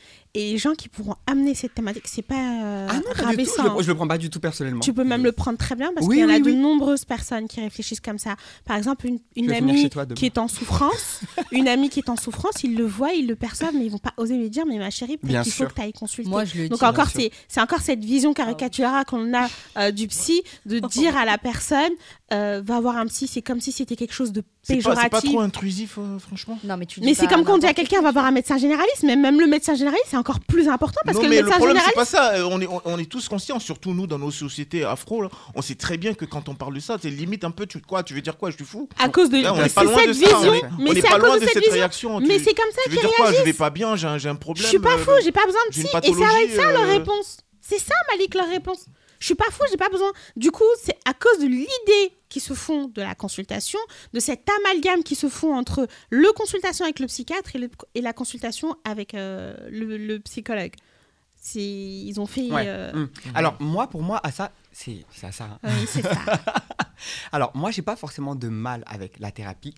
Et les gens qui pourront amener cette thématique, c'est pas euh, Ah non, pas du tout. rabaissant. Je, le- je le prends pas du tout personnellement. Tu peux même le prendre très bien parce Oui, qu'il y en a oui, de oui. nombreuses personnes qui réfléchissent comme ça. Par exemple, une, une vais venir amie chez toi demain. qui est en souffrance, une amie qui est en souffrance, ils le voient, ils le perçoivent, mais ils vont pas oser lui dire, mais ma chérie, peut-être Bien qu'il faut sûr. que tu ailles consulter. Moi, je le Donc dis. encore, bien sûr. c'est, c'est encore cette vision caricaturale qu'on a euh, du psy, de dire à la personne, euh, va voir un psy, c'est comme si c'était quelque chose de C'est pas, c'est pas péjoratif. trop intrusif, euh, franchement. Non, mais tu dis Mais c'est pas comme quand on dit à n'importe quelqu'un, va voir un médecin généraliste, mais même le médecin généraliste, c'est encore plus important parce non, que mais le le médecin problème, c'est généraliste, pas ça. Euh, On est, on, on est tous conscients, surtout nous, dans nos sociétés afro, là, on sait très bien que quand on parle de ça, c'est limite un peu, tu, quoi, tu veux dire quoi, je suis fou? à cause de Là, on n'est c'est pas loin cette de ça. vision, on est- mais on n'est c'est pas à loin cause de de cette cette vision. réaction. Mais Tu- c'est comme ça Tu veux qu'ils dire quoi? Je vais réagissent. pas bien, j'ai un, j'ai un problème. Je suis pas euh, fou, j'ai pas besoin de j'ai une psy. Et ça va être ça pathologie, leur euh, réponse. C'est ça, Malik, leur réponse. Je suis pas fou, j'ai pas besoin. Du coup, c'est à cause de l'idée qui se font de la consultation, de cet amalgame qui se font entre le consultation avec le psychiatre et, le- et la consultation avec euh, le, le psychologue. C'est, ils ont fait. Ouais. euh, Hum. Alors, moi, pour moi, à ça, c'est, c'est à ça. hein. Oui, c'est ça. Alors, moi, j'ai pas forcément de mal avec la thérapie.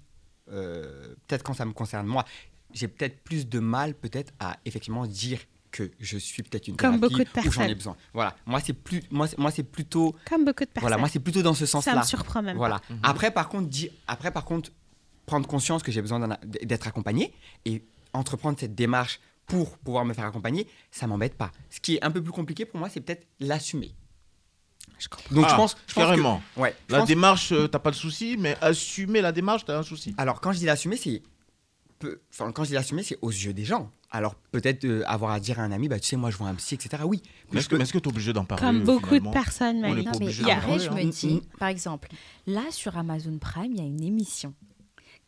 Euh, peut-être quand ça me concerne moi, j'ai peut-être plus de mal, peut-être, à effectivement dire que je suis peut-être une Comme thérapie beaucoup de où j'en ai personnes. besoin. Voilà. Moi, c'est plus, moi, c'est- moi, c'est plutôt, Comme beaucoup de personnes. voilà, moi, c'est plutôt dans ce ça sens-là. me surprend même. Voilà. Mhm. Après, par contre, dire, après, par contre, prendre conscience que j'ai besoin d'un- d'être accompagné et entreprendre cette démarche pour pouvoir me faire accompagner, ça m'embête pas. Ce qui est un peu plus compliqué pour moi, c'est peut-être l'assumer. Je comprends. Donc, Ah, je pense, je pense que- carrément. ouais. je La pense- démarche, euh, t'as pas de souci, mais assumer la démarche, t'as un souci. Alors, quand je dis l'assumer, c'est. peu- Enfin, quand je dis l'assumer, c'est aux yeux des gens. Alors, peut-être euh, avoir à dire à un ami, bah, tu sais, moi, je vois un psy, et cetera. Oui. Mais est-ce que tu es obligé d'en parler? Comme euh, beaucoup finalement de personnes, On est Malik. pas Non, mais obligé d'en après, parler, je hein. me dis, Mm. par exemple, là sur Amazon Prime, il y a une émission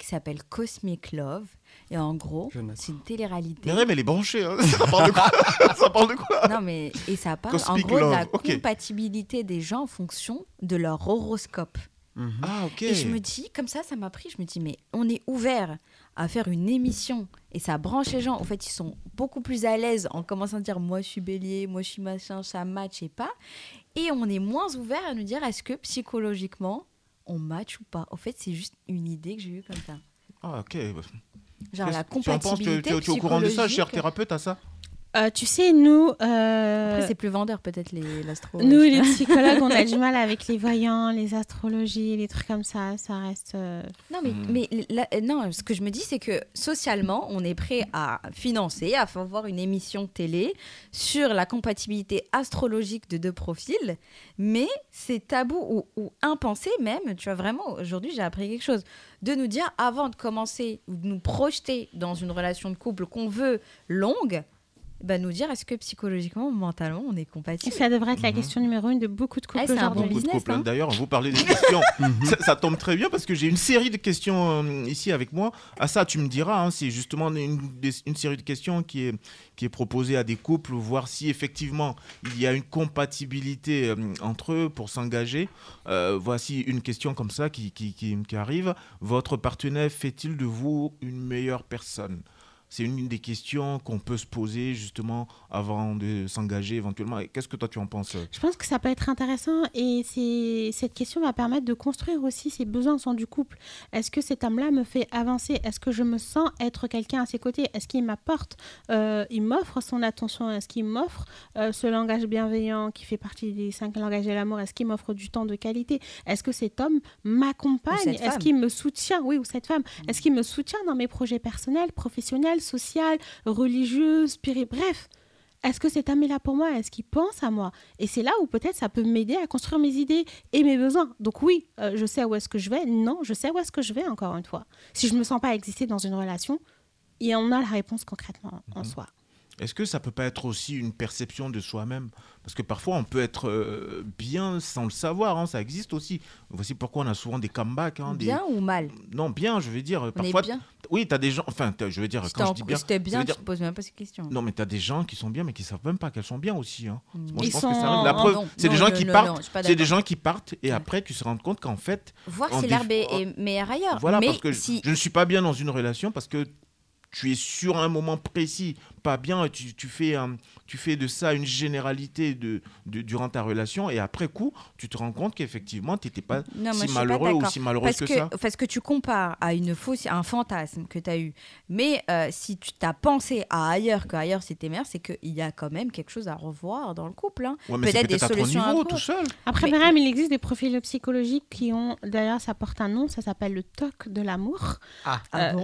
qui s'appelle Cosmic Love. Et en gros, Je note. c'est une télé-réalité. Mais elle est branchée. Hein. Ça parle de quoi Ça parle de quoi Non, mais et ça parle Cosmic en gros de la Love, ok. compatibilité des gens en fonction de leur horoscope. Mhm. Ah, ok. Et je me dis, comme ça, ça m'a pris, je me dis, mais on est ouvert à faire une émission et ça branche les gens. En fait, ils sont beaucoup plus à l'aise en commençant à dire, moi je suis bélier, moi je suis machin, ça match et pas. Et on est moins ouvert à nous dire, est-ce que psychologiquement, on match ou pas. En fait, c'est juste une idée que j'ai eue comme ça. Ah, ok. Genre la Tu en penses, tu, compatibilité tu- tu es au courant de ça, cher psychologique. thérapeute, à ça Euh, tu sais, nous, euh, Après, c'est plus vendeur peut-être les l'astro. nous, je sais les pas. psychologues, on a du mal avec les voyants, les astrologies, les trucs comme ça. Ça reste. euh, Non, mais, Hmm. mais là, euh, non, ce que je me dis, c'est que socialement, on est prêt à financer, à faire voir une émission télé sur la compatibilité astrologique de deux profils, mais c'est tabou ou, ou impensé même, tu vois, vraiment, aujourd'hui, j'ai appris quelque chose, de nous dire, avant de commencer ou de nous projeter dans une relation de couple qu'on veut longue, bah, nous dire, est-ce que psychologiquement, mentalement, on est Et compatible. ça devrait être la Mhm. question numéro une de beaucoup de couples Ah, c'est un bon aujourd'hui. Beaucoup de business, couples. hein. D'ailleurs, vous parlez des questions. ça, ça tombe très bien parce que j'ai une série de questions euh, ici avec moi. À ça, tu me diras, hein, c'est justement une, des- une série de questions qui est, qui est proposée à des couples, voir si effectivement il y a une compatibilité euh, entre eux pour s'engager. Euh, voici une question comme ça qui, qui, qui, qui arrive. Votre partenaire fait-il de vous une meilleure personne ? C'est une des questions qu'on peut se poser justement avant de s'engager éventuellement. Et qu'est-ce que toi tu en penses ? Je pense que ça peut être intéressant et c'est- cette question va permettre de construire aussi ses besoins au sein du couple. Est-ce que cet homme-là me fait avancer? Est-ce que je me sens être quelqu'un à ses côtés? Est-ce qu'il m'apporte, euh, il m'offre son attention? Est-ce qu'il m'offre euh, ce langage bienveillant qui fait partie des cinq langages de l'amour? Est-ce qu'il m'offre du temps de qualité? Est-ce que cet homme m'accompagne? Ou cette Est-ce femme. qu'il me soutient? Oui, ou cette femme. Est-ce qu'il me soutient dans mes projets personnels, professionnels, sociaux, religieux, spirituels? Bref. Est-ce que cet homme est là pour moi? Est-ce qu'il pense à moi? Et c'est là où peut-être ça peut m'aider à construire mes idées et mes besoins. Donc oui, euh, je sais où est-ce que je vais. Non, je sais où est-ce que je vais, encore une fois. Si je ne me sens pas exister dans une relation, et on a la réponse concrètement en Mhm. soi. Est-ce que ça peut pas être aussi une perception de soi-même? Parce que parfois, on peut être euh, bien sans le savoir, hein, ça existe aussi. Voici pourquoi on a souvent des comebacks. Hein, des- Bien ou mal? Non, bien, je veux dire. On Parfois, est bien. oui, tu as des gens... Enfin, t'as- je veux dire, Si quand t'es je en dis cou- bien... si t'es ça bien, veut tu dire- te poses même pas ces questions. Non, mais tu as des gens qui sont bien, mais qui savent même pas qu'elles sont bien aussi. Hein. Mm. Moi, je Ils pense sont- que ça arrive. Non, La preuve, non, c'est des non, gens non, qui non, partent. non, je suis pas C'est des d'accord. gens qui partent et après, tu te rends compte qu'en fait... Voir en si déf- l'herbe est, en- est meilleure ailleurs. Voilà, mais parce que si... je, je ne suis pas bien dans une relation parce que tu es sur un moment précis, pas bien, et tu, tu, fais, un- tu fais de ça une généralité de, de- durant ta relation, et après coup, tu te rends compte qu'effectivement, tu n'étais pas Non, moi, je si suis pas malheureux ou d'accord. si malheureuse Parce que, que, ça. parce que tu compares à une fausse, à un fantasme que tu as eu. Mais euh, si tu t'as pensé à ailleurs qu'ailleurs c'était meilleur, c'est qu'il y a quand même quelque chose à revoir dans le couple. Hein. Ouais, mais c'est peut-être des peut-être à ton solutions à niveau, trouver. tout seul. Après, Mais- Myriam, il existe des profils psychologiques qui ont, d'ailleurs, ça porte un nom, ça s'appelle le T O C de l'amour. Ah, Ah Euh, bon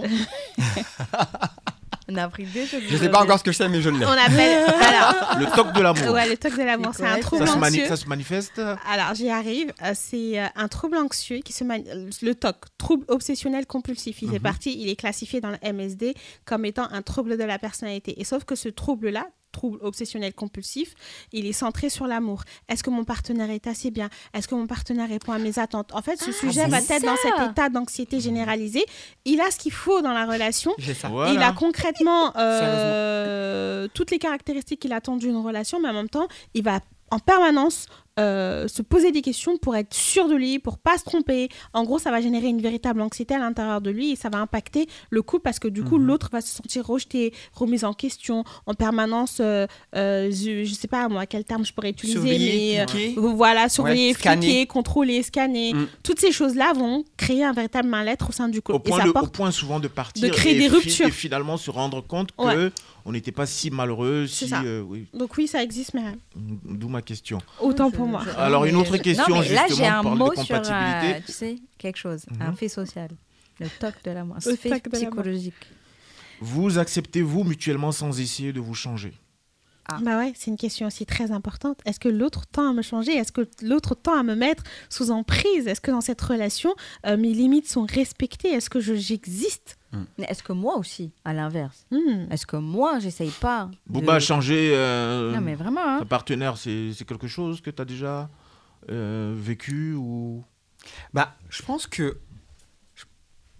On a appris deux choses. je sais pas encore ce que c'est, mais je l'ai. On appelle. Alors, Le toc de l'amour. ouais, le T O C de l'amour, C'est c'est un quoi, trouble ça, se mani- anxieux. ça se manifeste Alors, j'y arrive. Euh, C'est euh, un trouble anxieux qui se mani- euh, le T O C, trouble obsessionnel compulsif. Il fait Mhm. partie, il est classifié dans le M S D comme étant un trouble de la personnalité. Et sauf que ce trouble-là, trouble obsessionnel compulsif, il est centré sur l'amour. Est-ce que mon partenaire est assez bien? Est-ce que mon partenaire répond à mes attentes? En fait, ce sujet c'est va être dans ça. cet état d'anxiété généralisée. Il a ce qu'il faut dans la relation. J'ai ça. Voilà. Il a concrètement euh, toutes les caractéristiques qu'il attend d'une relation, mais en même temps, il va en permanence euh, se poser des questions pour être sûr de lui, pour pas se tromper. En gros, ça va générer une véritable anxiété à l'intérieur de lui et ça va impacter le couple parce que du coup, Mhm. l'autre va se sentir rejeté, remis en question, en permanence. euh, euh, je, je sais pas moi quel terme je pourrais utiliser, Surveiller, mais euh, fliquer. voilà, surveiller, scanner. fliquer, contrôler, scanner. Mm. Toutes ces choses-là vont créer un véritable mal-être au sein du couple. Au point, et ça de- au porte point souvent de partir de créer et, des fi- ruptures. et finalement se rendre compte que Ouais. on n'était pas si malheureux. C'est Si, ça. euh, oui. Donc oui, ça existe, mais D'où ma question. autant Je- pour moi. je- Alors, une mais autre je- question, non, mais là, justement, j'ai un on parle de mot sur, compatibilité. euh, tu sais, quelque chose, Mhm. un fait social. Le T O C de l'amour. Le Un fait T O C de l'amour. psychologique. Vous acceptez-vous mutuellement sans essayer de vous changer? Ah. Bah ouais, c'est une question aussi très importante. Est-ce que l'autre tend à me changer? Est-ce que l'autre tend à me mettre sous emprise? Est-ce que dans cette relation, euh, mes limites sont respectées? Est-ce que je- j'existe? Mais est-ce que moi aussi, à l'inverse, Hmm. est-ce que moi, j'essaye pas de- Booba a changé. euh, Non, mais vraiment, hein. Ta partenaire, c'est c'est quelque chose que tu as déjà euh, vécu ou... Bah, je pense que. je- Ouais.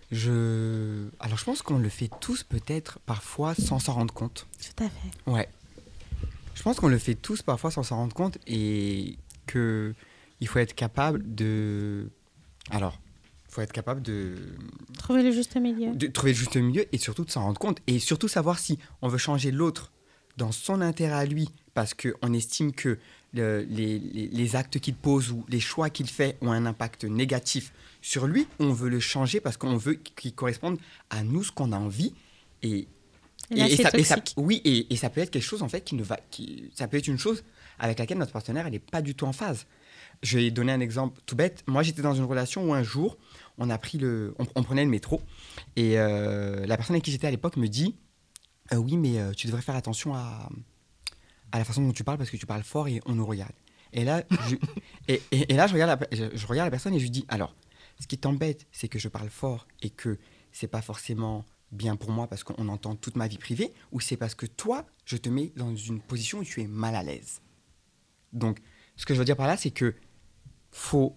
Je... Alors, je pense qu'on le fait tous, peut-être, parfois, sans s'en rendre compte. Tout à fait. Ouais. Je pense qu'on le fait tous, parfois, sans s'en rendre compte et qu'il faut être capable de... Alors, il faut être capable de... Trouver le juste milieu. De trouver le juste milieu et surtout de s'en rendre compte. Et surtout savoir si on veut changer l'autre dans son intérêt à lui, parce qu'on estime que le, les, les, les actes qu'il pose ou les choix qu'il fait ont un impact négatif sur lui, on veut le changer parce qu'on veut qu'il corresponde à nous, ce qu'on a envie. Et, et, là, et, c'est ça, et ça, toxique. oui, et, et ça peut être quelque chose en fait qui ne va, qui, ça peut être une chose avec laquelle notre partenaire elle n'est pas du tout en phase. Je vais donner un exemple tout bête. Moi, j'étais dans une relation où un jour, on a pris le, on, on prenait le métro et euh, la personne avec qui j'étais à l'époque me dit, euh, oui, mais euh, tu devrais faire attention à à la façon dont tu parles parce que tu parles fort et on nous regarde. Et là, je, et, et, et là, je regarde, la, je, je regarde la personne et je lui dis, alors, ce qui t'embête, c'est que je parle fort et que c'est pas forcément bien pour moi parce qu'on entend toute ma vie privée, ou c'est parce que toi, je te mets dans une position où tu es mal à l'aise. Donc, ce que je veux dire par là, c'est que faut,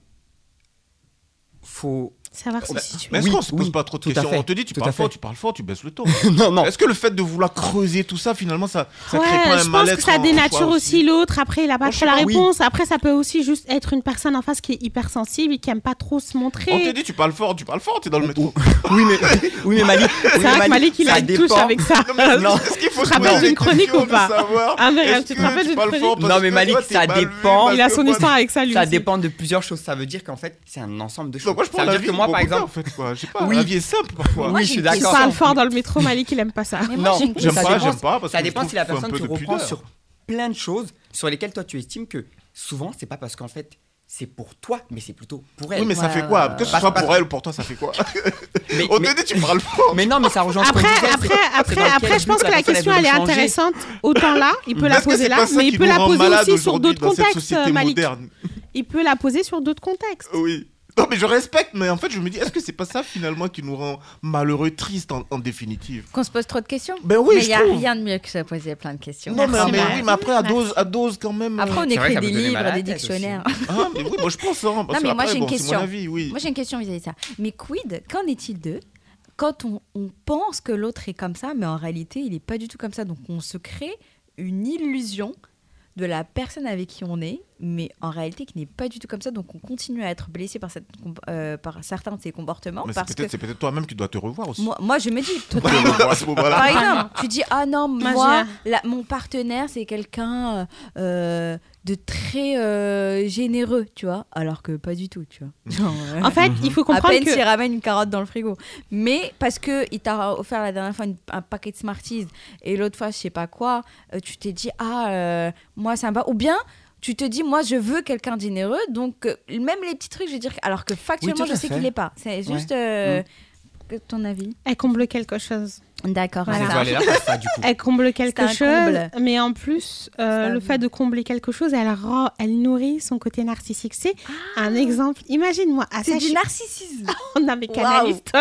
faut savoir se Mais situer. est-ce Oui, qu'on se pose oui, pas trop de tout à questions? fait, On te dit, tu tout parles à fait. fort, tu parles fort, tu baisses le ton. non, non. Est-ce que le fait de vouloir creuser tout ça, finalement, ça, ça Ouais, crée pas un je pense mal-être que ça en dénature soi aussi l'autre. Après, il n'a pas Moi, je trop la sais pas, oui. réponse. Après, ça peut aussi juste être une personne en face qui est hypersensible et qui aime pas trop se montrer. On te dit, tu parles fort, tu parles fort, t'es dans le métro. Oui, mais, oui, mais Malik, oui, C'est mais vrai que Malik, il ça a une touche dépend. avec ça. Non, mais Non. est-ce qu'il faut Tu te se rappelles poser d'une des chronique questions ou pas de savoir, Ah, mais est-ce tu te que rappelles d'une parles chronique fort parce Non, mais que Malik, toi, t'es ça mal vu, dépend. parce Il a que son moi, histoire avec ça, lui Ça aussi. dépend de plusieurs choses. Ça veut dire qu'en fait, c'est un ensemble de choses. Donc moi, je ça prends veut la dire vie que moi, au par contraire, exemple, en fait, quoi. Je sais pas, Oui. la vie est simple parfois. Moi, oui, j'ai je suis une d'accord. Il parle fort dans le métro, Malik, il aime pas ça. Non, j'ai une J'aime ça pas, dépend- j'aime pas, parce ça que je dépend trouve si la qu'il faut un personne peu te de reprend pudeur. sur plein de choses sur lesquelles toi tu estimes que souvent c'est pas parce qu'en fait c'est pour toi, mais c'est plutôt pour elle. Oui, mais ça Ouais, fait quoi? ouais, Que ce ouais. soit Parce- pour elle ou pour toi, ça fait quoi? Mais, On mais- te dit, tu parles fort. mais non, mais ça rejoint ce qu'on Après, disait, après, c'est- c'est après, dans quel après, je but pense que la personne, question, veut elle est changer. intéressante. Autant là, il peut la Est-ce que poser c'est là, pas ça mais qui il peut nous la rend poser malades aussi sur aujourd'hui d'autres dans cette contextes, société Malik. moderne? Il peut la poser sur d'autres contextes. Oui. Non, mais je respecte, mais en fait, je me dis, est-ce que c'est pas ça finalement qui nous rend malheureux, tristes en, en définitive? Qu'on se pose trop de questions. Ben oui, mais je il n'y a trouve. rien de mieux que se poser plein de questions. Non, mais, Merci, mais Marie. oui, mais après, à Merci. dose, à dose quand même. Après, on euh, C'est vrai écrit que ça des peut donner mal livres, à la des tête aussi. dictionnaires. Ah, mais oui, moi je pense. Hein, parce Non, mais que moi, après, j'ai une bon, c'est question. mon avis, oui. Moi, j'ai une question vis-à-vis de ça. Mais quid, qu'en est-il d'eux quand on, on pense que l'autre est comme ça, mais en réalité, il n'est pas du tout comme ça. Donc, on se crée une illusion de la personne avec qui on est, mais en réalité qui n'est pas du tout comme ça. Donc, on continue à être blessé par, cette, euh, par certains de ses comportements. Mais c'est parce que peut-être c'est peut-être toi-même qui dois te revoir aussi. moi, moi, je me dis, Ouais, à ce moment-là. par exemple, tu dis ah non, Moi, moi, la- mon partenaire c'est quelqu'un euh, de très euh, généreux, tu vois, alors que pas du tout, tu vois. Genre, euh, En fait, Mhm. il faut à comprendre peine que s'il ramène une carotte dans le frigo, mais parce que il t'a offert la dernière fois une- un paquet de Smarties et l'autre fois je sais pas quoi, euh, tu t'es dit ah euh, moi ça me va, ou bien tu te dis moi je veux quelqu'un de généreux, donc euh, même les petits trucs je veux dire, alors que factuellement Oui, tout je à sais fait. qu'il est pas. C'est juste Ouais. euh, que- ton avis. elle comble quelque chose. D'accord. Voilà. Je dois aller là pour ça, du coup. Elle comble quelque un chose, comble. mais en plus, euh, C'est le un fait de combler quelque chose, elle, rend, elle nourrit son côté narcissique. C'est un exemple. Imagine-moi, à C'est ça, du je- narcissisme. on avait canaliste.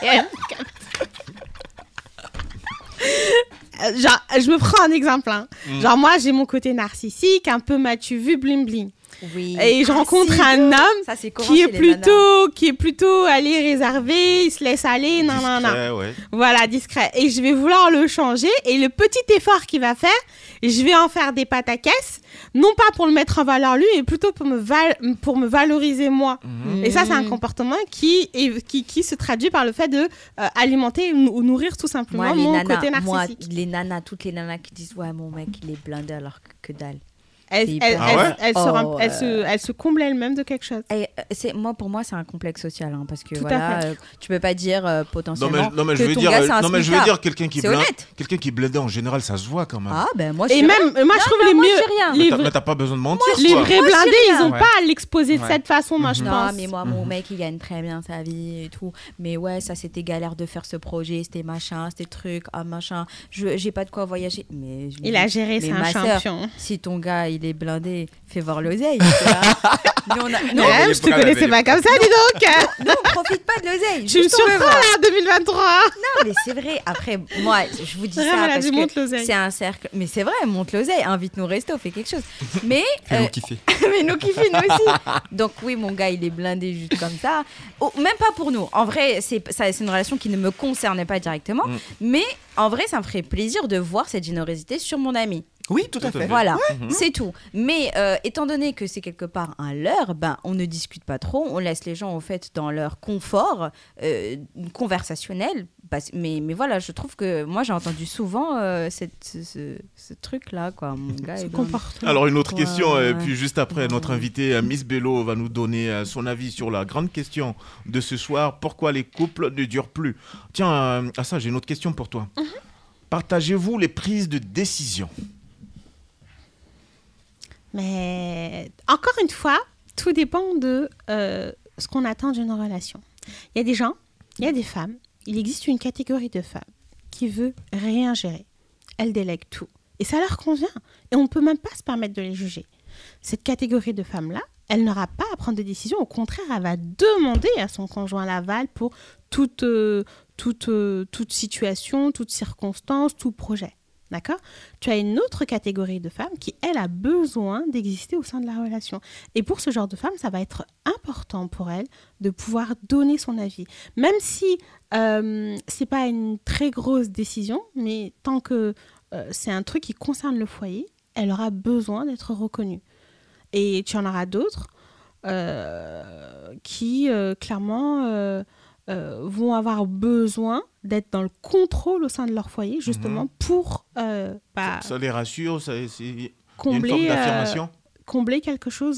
Euh, Genre, je me prends un exemple. hein. Mm. Genre, moi, j'ai mon côté narcissique, un peu m'as-tu vu, bling bling. Oui. Et je Ah, rencontre si. un homme Ça, c'est comment qui chez est les nanas. plutôt, qui est plutôt allé réservé, il se laisse aller, non, non, non. Discret, ouais. Voilà, discret. Et je vais vouloir le changer. Et le petit effort qu'il va faire, je vais en faire des pâtes à caisse. Non pas pour le mettre en valeur lui, mais plutôt pour me, val- pour me valoriser moi. Mhm. Et ça, c'est un Mmh. comportement qui, est, qui, qui se traduit par le fait de euh, alimenter ou ou nourrir tout simplement Moi, les mon nanas, côté moi, narcissique. les nanas, toutes les nanas qui disent ouais mon mec il est blindé alors que, que dalle. Elle, c'est elle, hyper- Ah elle- ouais elle se, Oh, rem- elle, euh. se, elle se comble elle-même de quelque chose. Et, euh, c'est moi pour moi c'est un complexe social hein, parce que Tout à voilà fait. euh, tu peux pas dire euh, Non potentiellement mais, non, mais que je veux ton dire, gars c'est un non, mais je veux smicard. dire quelqu'un qui C'est blinde, honnête. quelqu'un qui est blindé en général, ça se voit quand même. Ah ben moi je Et sais même, rien. moi, je Non, trouve non, les moi, mieux. je sais rien. Mais Les, t'as- vrais- mais t'as pas besoin de mentir. les quoi. vrais Moi, je sais blindés, ils rien. ont Ouais. pas à l'exposer de Ouais. cette façon, moi, je Non, pense. mais moi, mon Mhm. mec, il gagne très bien sa vie et tout. Mais ouais, ça, c'était galère de faire ce projet, c'était machin, c'était truc, ah machin. Je, j'ai pas de quoi voyager. Mais je me Il dis, a géré, mais c'est un ma sœur, champion. si ton gars, il il est blindé, fais voir l'oseille. tu vois. Nous, on a... Non, non, elle est je te prête, connaissais elle est pas comme ça, dis donc. non, profite pas de l'oseille. Je me juste on veut surprends voir. là, deux mille vingt-trois. Non, mais c'est vrai. Après, moi, je vous dis Vraiment, ça elle a parce dit, que monte l'oseille. c'est un cercle. Mais c'est vrai, monte l'oseille, invite-nous au resto, fais quelque chose. Mais, Fais-nous euh, kiffer. mais nous kiffer, nous aussi. Donc oui, mon gars, il est blindé juste comme ça. Oh, même pas pour nous. En vrai, c'est, ça, c'est une relation qui ne me concernait pas directement. Mm. Mais en vrai, ça me ferait plaisir de voir cette générosité sur mon ami. Oui, tout à Tout à fait. fait. Voilà, Mhm. c'est tout. Mais euh, étant donné que c'est quelque part un leurre, ben, on ne discute pas trop, on laisse les gens en fait dans leur confort euh, conversationnel. Parce- mais, mais voilà, je trouve que moi j'ai entendu souvent euh, cette, ce, ce- ce truc-là, quoi. Mon gars est blindé. Comportement. Alors une autre Ouais, question, et ouais. puis juste après, Ouais. notre invité euh, Miss Bello va nous donner euh, son avis sur la grande question de ce soir, pourquoi les couples ne durent plus. Tiens, euh, à ça, j'ai une autre question pour toi. Mhm. Partagez-vous les prises de décision? Mais encore une fois, tout dépend de euh, ce qu'on attend d'une relation. Il y a des gens, il y a des femmes, il existe une catégorie de femmes qui veut rien gérer. Elles délèguent tout. Et ça leur convient. Et on ne peut même pas se permettre de les juger. Cette catégorie de femmes-là, elle n'aura pas à prendre de décision. Au contraire, elle va demander à son conjoint l'aval pour toute, euh, toute, euh, toute situation, toute circonstance, tout projet. D'accord ? Tu as une autre catégorie de femmes qui, elle, a besoin d'exister au sein de la relation. Et pour ce genre de femme, ça va être important pour elle de pouvoir donner son avis. Même si euh, ce n'est pas une très grosse décision, mais tant que euh, c'est un truc qui concerne le foyer, elle aura besoin d'être reconnue. Et tu en auras d'autres euh, qui, euh, clairement, euh, euh, vont avoir besoin d'être dans le contrôle au sein de leur foyer, justement, Mhm. pour euh, bah, Ça les rassure, ça, c'est... il y a une combler, forme euh, d'affirmation? combler quelque chose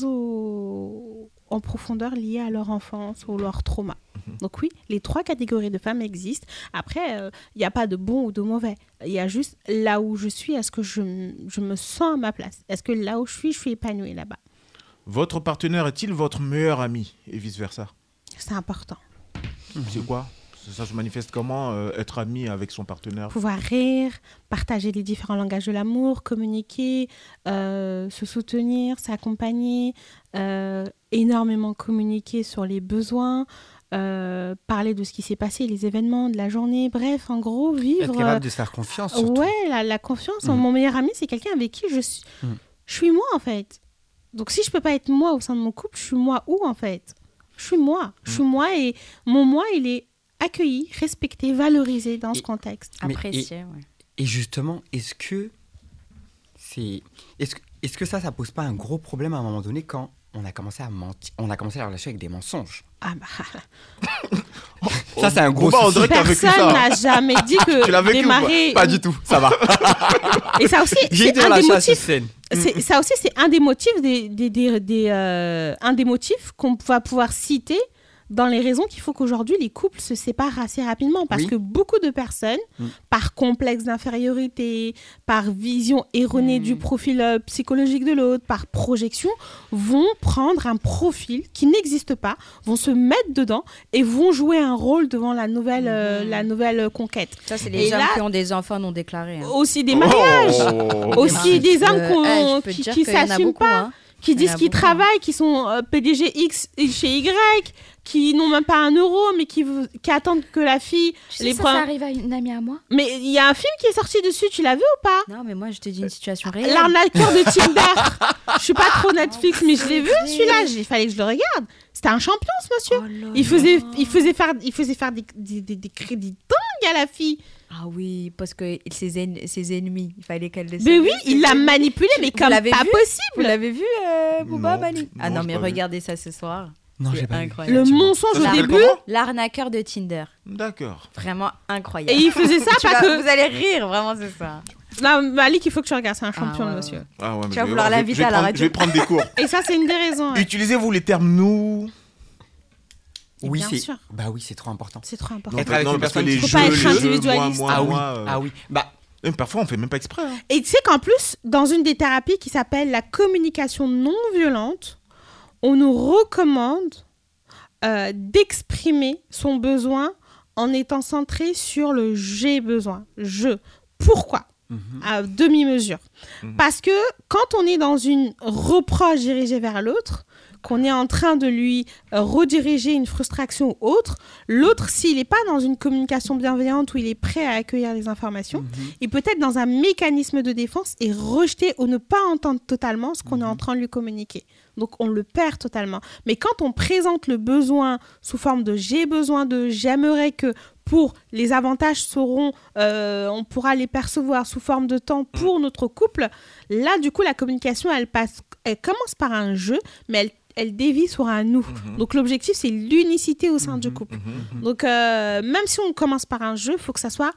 au- en profondeur lié à leur enfance ou leur trauma. Mhm. Donc oui, les trois catégories de femmes existent. Après, il n'y a pas de bon ou de mauvais. Il y a juste là où je suis, est-ce que je, m- je me sens à ma place? Est-ce que là où je suis, je suis épanouie là-bas? Votre partenaire est-il votre meilleur ami et vice-versa? C'est important. C'est quoi? Ça se manifeste comment, euh, être ami avec son partenaire? Pouvoir rire, partager les différents langages de l'amour, communiquer, euh, se soutenir, s'accompagner, euh, énormément communiquer sur les besoins, euh, parler de ce qui s'est passé, les événements de la journée, bref, en gros, Être vivre... capable de se faire confiance, surtout. Ouais, la, la confiance. Mhm. Mon meilleur ami, c'est quelqu'un avec qui je suis, Mhm. je suis moi, en fait. Donc, si je peux pas être moi au sein de mon couple, je suis moi où, en fait? Je suis moi. Je suis moi et mon moi, il est accueilli, respecté, valorisé dans ce Et- contexte. Mais- Apprécié, ouais. Et justement, est-ce que c'est, est-ce que, est-ce que ça, ça pose pas un gros problème à un moment donné quand on a commencé à mentir, on a commencé la relation avec des mensonges? Ah bah, Ça, c'est un gros Bouba, on souci. dirait que t'as vécu personne ça. n'a jamais dit Tu l'as que vécu ou pas? démarrer... Pas du tout, ça va. Et ça aussi, J'ai c'est été dans un la des chasse motifs. scène. C'est- ça aussi, c'est un des motifs, des, des, des, des, euh, un des motifs qu'on va pouvoir citer dans les raisons qu'il faut qu'aujourd'hui les couples se séparent assez rapidement. Parce Oui. que beaucoup de personnes, Mm. par complexe d'infériorité, par vision erronée Mm. du profil euh, psychologique de l'autre, par projection, vont prendre un profil qui n'existe pas, vont se mettre dedans et vont jouer un rôle devant la nouvelle, euh, Mhm. la nouvelle conquête. Ça, c'est Et les hommes là- qui ont des enfants non déclarés. hein. Aussi des mariages, Oh. aussi des hommes Euh, qu'on- eh, je peux te qui, dire qui qu'il y en a s'assument beaucoup, pas. hein. qui Il y en disent a qu'ils beaucoup. travaillent, qui sont euh, P D G X chez Y, qui n'ont même pas un euro, mais qui, v- qui attendent que la fille... Tu sais, les ça, prend- ça arrive à une amie à moi. Mais il y a un film qui est sorti dessus, tu l'as vu ou pas? Non, mais moi, je te dis une situation réelle. L'arnaqueur de Tinder. Je suis pas trop Netflix, mais je l'ai vu vrai. celui-là, il fallait que je le regarde. C'était un champion ce monsieur. Oh là Il faisait, là. il faisait faire, il faisait faire des, des, des- des crédits dingues à la fille. Ah oui, parce que ses, en- ses ennemis, il fallait qu'elle le Mais oui, sache. il l'a manipulé, mais Vous comme l'avez pas vu Vous possible. l'avez vu, euh, Booba Non, Mali Ah non, non, j'ai mais pas vu. regardez ça ce soir. Non, C'est j'ai pas vu. incroyable. Le Effectivement. mensonge Ça au s'appelle début. comment? L'arnaqueur de Tinder. D'accord. Vraiment incroyable. Et il faisait ça Tu parce vas- que... Vous allez rire, vraiment, c'est ça. Non, Malik, il faut que tu regardes, c'est un champion, ouais, le ouais. monsieur. Ah ouais, mais Tu je vas vais vouloir voir, je vais- l'inviter je vais à la prendre- radio. Je vais prendre des cours. Et ça, c'est une des raisons. ouais. Utilisez-vous les termes nous? Oui, Bien c'est. sûr. Bah oui, c'est trop important. C'est trop important. Non, Être avec non, une parce que personne les qui- jeux, Faut pas être les jeux, moi, individualiste. moi, Ah oui, moi, euh, ah oui. Bah, même parfois, on fait même pas exprès. hein. Et tu sais qu'en plus, dans une des thérapies qui s'appelle la communication non violente, on nous recommande euh, d'exprimer son besoin en étant centré sur le j'ai besoin. Je. Pourquoi? mhm. à demi-mesure. Mhm. Parce que quand on est dans une reproche dirigée vers l'autre, qu'on est en train de lui euh, rediriger une frustration ou autre, l'autre, s'il n'est pas dans une communication bienveillante où il est prêt à accueillir les informations, Mhm. il peut être dans un mécanisme de défense et rejeter ou ne pas entendre totalement ce qu'on est en train de lui communiquer. Donc, on le perd totalement. Mais quand on présente le besoin sous forme de « j'ai besoin de »,« j'aimerais que », pour les avantages seront, euh, on pourra les percevoir sous forme de temps pour notre couple, là, du coup, la communication, elle passe, elle commence par un jeu, mais elle elle dévie sur un nous. Mhm. Donc l'objectif, c'est l'unicité au sein Mhm. du couple. Mhm. Donc euh, même si on commence par un jeu, il faut que ça soit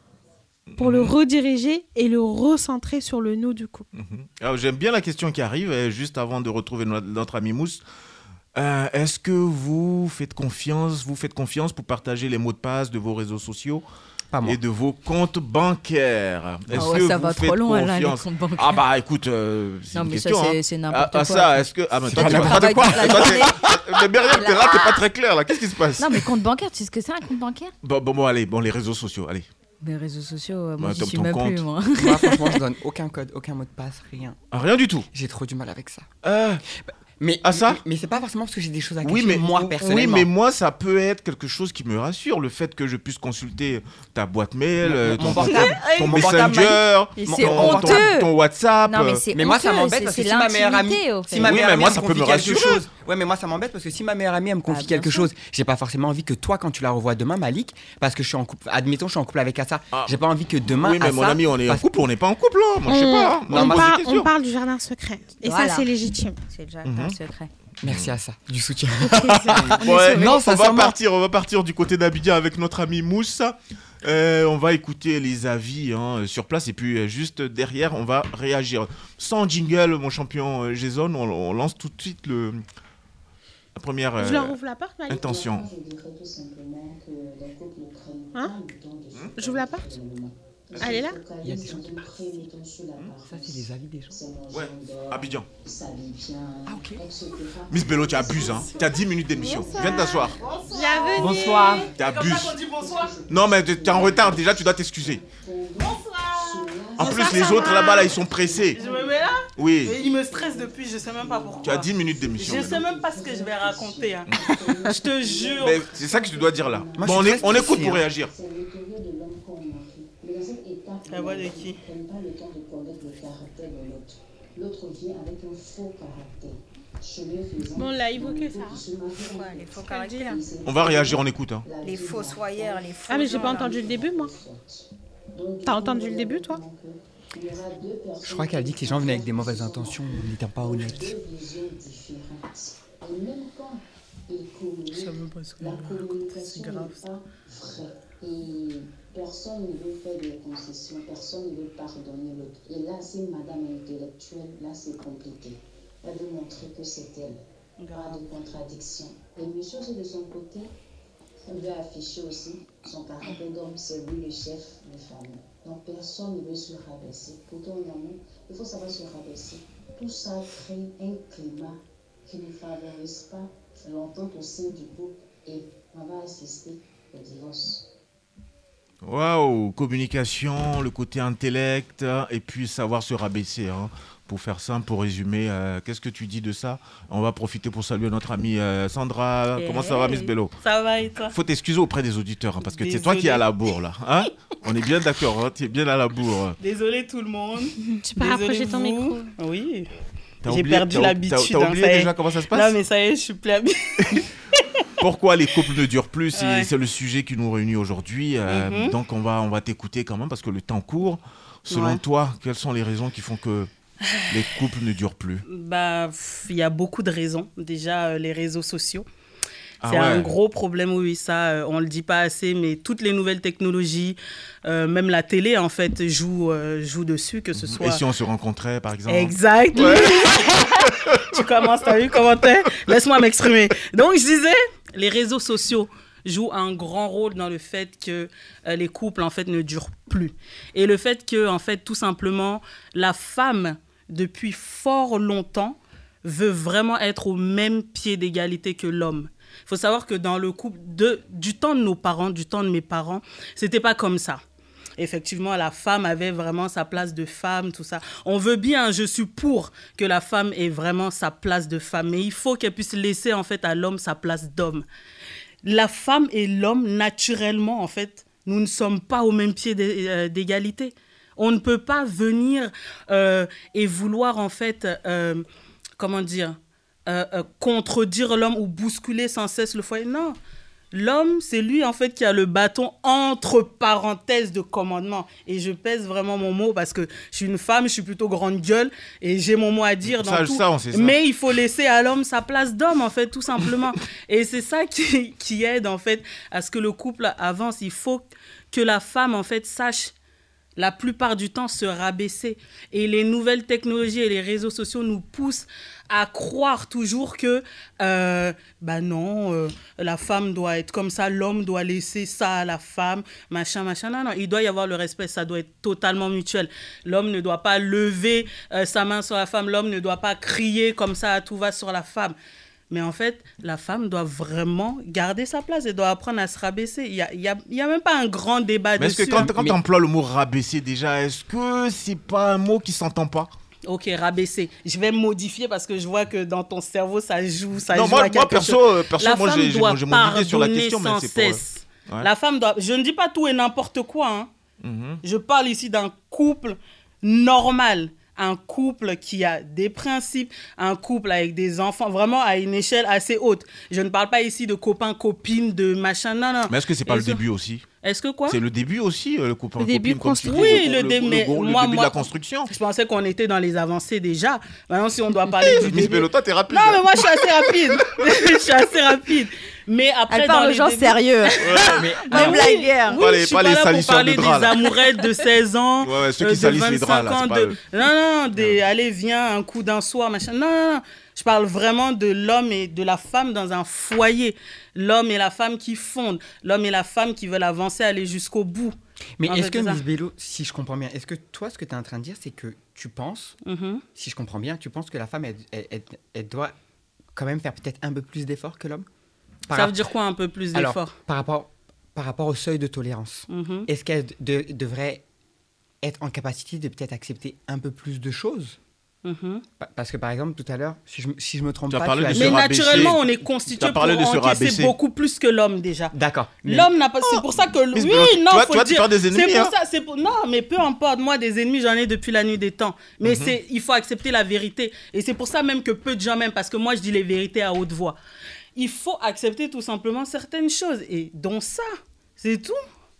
pour le Mhm. rediriger et le recentrer sur le nous du couple. Mhm. Alors, j'aime bien la question qui arrive, euh, juste avant de retrouver no- notre ami Mousse. Euh, est-ce que vous faites confiance, vous faites confiance pour partager les mots de passe de vos réseaux sociaux Pas moi. et de vos comptes bancaires? Est-ce Ah ouais, que ça vous va faites trop loin, là, les confiance? comptes bancaires. Ah bah écoute, euh, c'est Non, une mais ça, question. c'est hein. c'est Ah, n'importe ah, quoi. ça, est-ce que... Ah, mais toi, pas tu n'importe parles de quoi? quoi. Toi, t'es- Mais Myriam, t'es là, t'es pas très clair là. Qu'est-ce qui se passe? Non, mais compte bancaire, tu sais ce que c'est un compte bancaire? Bon, bon, bon, allez, bon, les réseaux sociaux, allez. Les réseaux sociaux, euh, moi, Ouais, j'y comme suis ton même compte. plus, moi. Moi, franchement, je donne aucun code, aucun mot de passe, rien. Ah, rien du tout. J'ai trop du mal avec ça. Euh, Mais, Ah, ça mais, mais c'est pas forcément parce que j'ai des choses à cacher, Oui, mais moi, oui, personnellement. mais moi, ça peut être quelque chose qui me rassure, le fait que je puisse consulter ta boîte mail, Mon- euh, mon ton, portable. ton Mon portable Messenger, Et ton, c'est ton- honteux. ton WhatsApp. Non, mais euh, c'est Mais moi, ça honteux, m'embête c'est- parce que c'est si ma meilleure amie, l'intimité, au fait. si ma Oui, meilleure mais amie moi, elle ça me peut me confie quelque rassurer. chose. Ouais, mais moi, ça m'embête parce que si ma meilleure amie elle me confie bien quelque sûr. chose, j'ai pas forcément envie que toi, quand tu la revois demain, Malik, parce que je suis en couple. Admettons, je suis en couple avec Assa. Ah. J'ai pas envie que demain. Oui, mais Assa mon ami, on est en fasse- couple, on n'est pas en couple, là. Moi, je sais On- pas. hein. Moi, on, je pose des par- questions. on parle du jardin secret. Et Voilà. ça, c'est légitime. C'est déjà Mhm. un secret. Merci à ça, du soutien. Ouais, Non, on va sincèrement. partir, on va partir du côté d'Abidjan avec notre ami Moussa. Euh, on va écouter les avis hein, sur place et puis euh, juste derrière, on va réagir. Sans jingle, mon champion euh, Jason, on, on lance tout de suite le la première euh, Je leur ouvre la porte, Malik. intention. Hein J'ouvre la porte. Elle est là. Il y a des gens qui participent. Ça, c'est des avis des gens. Ouais, Abidjan. Ah, ok. Miss Bello, tu abuses, hein. Tu as dix minutes d'émission. Viens t'asseoir. Bienvenue. Bonsoir. Tu abuses. Non, mais tu es en retard, déjà, tu dois t'excuser. En plus, les autres là-bas, là, ils sont pressés. Je me mets là et Oui, il me stresse depuis, je sais même pas pourquoi. tu as dix minutes d'émission. Je sais même pas ce que je vais raconter. hein. Je te jure. Mais c'est ça que tu dois dire là. Moi, Bon, on, je suis est- très on écoute stressé, pour hein. réagir. La voix de qui? prennent pas le temps de connaître le caractère de l'autre. L'autre vient avec un faux caractère. Chemin faisant, Bon, on l'a évoqué, ça. il se marie en les faux couple. caractères. Et c'est On va réagir, on écoute. Hein. Les fossoyeurs, les faux Ah, mais j'ai gens, pas là. entendu le début, moi. Donc, T'as entendu le début, toi? il y aura deux personnes Je crois qu'elle dit que les gens venaient avec des mauvaises intentions, n'étant pas honnêtes. deux visions différentes. Et même quand ils communiquent, Je sais même pas ce que la je vais raconter, communication c'est n'est grave. pas vraie. Et personne ne veut faire des concessions, personne ne veut pardonner l'autre. Et là, c'est madame intellectuelle, là, c'est compliqué. Elle veut montrer que c'est elle. Pas de contradiction. Et monsieur, c'est de son côté, il veut afficher aussi son caractère d'homme, c'est lui le chef de famille. Donc personne ne veut se rabaisser. Pourtant, en amour, il faut savoir se rabaisser. Tout ça crée un climat qui ne favorise pas l'entente au sein du couple et on va assister au divorce. Waouh, communication, le côté intellect hein, et puis savoir se rabaisser. Hein. Pour faire simple, pour résumer, euh, qu'est-ce que tu dis de ça? On va profiter pour saluer notre amie euh, Sandra. Hey. Comment ça va, Miss Bello? Ça va et toi? Faut t'excuser auprès des auditeurs hein, parce que c'est toi qui es Désolée. à la bourre là. Hein, on est bien d'accord, hein, tu es bien à la bourre. Désolé tout le monde. Tu peux Désolé rapprocher ton vous. micro. Oui. T'as J'ai oublié- perdu t'as- l'habitude. T'as, t'as hein, oublié ça y est. déjà comment ça se passe? Non mais ça y est, je suis plus habituée. Pourquoi les couples ne durent plus? C'est, Ouais. c'est le sujet qui nous réunit aujourd'hui. euh, Mhm. Donc on va, on va t'écouter quand même parce que le temps court. Selon Ouais. toi, quelles sont les raisons qui font que les couples ne durent plus? Bah, pff, il y a beaucoup de raisons. Déjà, euh, les réseaux sociaux. Ah C'est ouais. un gros problème, oui, ça, euh, on le dit pas assez, mais toutes les nouvelles technologies, euh, même la télé, en fait, joue, euh, joue dessus, que ce soit... Et si on se rencontrait, par exemple? Exact. Tu commences, t'as vu comment t'es? Laisse-moi m'exprimer. Donc, je disais, les réseaux sociaux jouent un grand rôle dans le fait que euh, les couples, en fait, ne durent plus. Et le fait que, en fait, tout simplement, la femme, depuis fort longtemps, veut vraiment être au même pied d'égalité que l'homme. Il faut savoir que dans le couple, de, du temps de nos parents, du temps de mes parents, c'était pas comme ça. effectivement, la femme avait vraiment sa place de femme, tout ça. On veut bien, je suis pour que la femme ait vraiment sa place de femme, mais il faut qu'elle puisse laisser, en fait, à l'homme sa place d'homme. La femme et l'homme, naturellement, en fait, nous ne sommes pas au même pied d'égalité. On ne peut pas venir euh, et vouloir, en fait, euh, comment dire, euh, euh, contredire l'homme ou bousculer sans cesse le foyer. Non. L'homme, c'est lui, en fait, qui a le bâton entre parenthèses de commandement. Et je pèse vraiment mon mot parce que je suis une femme, je suis plutôt grande gueule et j'ai mon mot à dire dans ça, tout. Ça, on sait ça. Mais il faut laisser à l'homme sa place d'homme, en fait, tout simplement. Et c'est ça qui, qui aide, en fait, à ce que le couple avance. Il faut que la femme, en fait, sache la plupart du temps se rabaisser. Et les nouvelles technologies et les réseaux sociaux nous poussent à croire toujours que, euh, bah non, euh, la femme doit être comme ça, l'homme doit laisser ça à la femme, machin, machin. Non, non, il doit y avoir le respect, ça doit être totalement mutuel. L'homme ne doit pas lever euh, sa main sur la femme, l'homme ne doit pas crier comme ça à tout va sur la femme. Mais en fait, la femme doit vraiment garder sa place. Elle doit apprendre à se rabaisser. Il n'y a, y a, y a même pas un grand débat mais dessus. Est-ce que quand, quand mais... tu emploies le mot rabaisser déjà, est-ce que c'est pas un mot qui s'entend pas? Ok, rabaisser. Je vais modifier parce que je vois que dans ton cerveau, ça joue, ça non, joue moi, à quelque moi, perso, chose. perso, la moi, femme j'ai, doit j'ai mon idée sur la question, mais sans c'est pour... cesse. Ouais. La femme doit... Je ne dis pas tout et n'importe quoi. Hein. Mm-hmm. Je parle ici d'un couple normal. Un couple qui a des principes, un couple avec des enfants, vraiment à une échelle assez haute. Je ne parle pas ici de copains, copines, de machin, non, non. Mais est-ce que c'est pas Et le ce... début aussi? Est-ce que quoi? C'est le début aussi, le copain, le début copine. Oui, le, dé... le, mais le, le, moi, le début moi, de la construction. Je pensais qu'on était dans les avancées déjà. Maintenant, si on doit parler du Miss début... Bellota, t'es rapide. Non, mais moi, je suis assez rapide. Je suis assez rapide. Mais après, elle parle aux gens débuts... sérieux. Ouais, mais... ah, oui, blagueur. Oui, pas les, je suis pas pas les là pour parler de draps, des amourettes de seize ans, ouais, ouais, ceux euh, qui de salissent les draps, vingt-cinq ans, là, de... pas... non, non, des non. allez, viens, un coup d'un soir, machin. Non, non, non. Je parle vraiment de l'homme et de la femme dans un foyer. L'homme et la femme qui fondent. L'homme et la femme qui veulent avancer, aller jusqu'au bout. Mais en est-ce fait, que, c'est Miss Bello, si je comprends bien, est-ce que toi, ce que tu es en train de dire, c'est que tu penses, mm-hmm. si je comprends bien, tu penses que la femme, elle, elle, elle, elle doit quand même faire peut-être un peu plus d'efforts que l'homme? Par Ça veut dire quoi, un peu plus d'efforts? Alors, par rapport, par rapport au seuil de tolérance, mm-hmm. est-ce qu'elle de, devrait être en capacité de peut-être accepter un peu plus de choses? Mm-hmm. Parce que, par exemple, tout à l'heure, si je, si je me trompe tu pas... Tu mais naturellement, on est constitué pour encaisser beaucoup plus que l'homme, déjà. D'accord. Mais... L'homme n'a pas... Oh, c'est pour ça que... Oui, Blanc, non, toi, faut toi, dire... Tu des ennemis, c'est pour hein. ça, c'est pour... Non, mais peu importe. Moi, des ennemis, j'en ai depuis la nuit des temps. Mais mm-hmm. c'est... il faut accepter la vérité. Et c'est pour ça même que peu de gens m'aiment, parce que moi, je dis les vérités à haute voix. Il faut accepter tout simplement certaines choses. Et dont ça, c'est tout.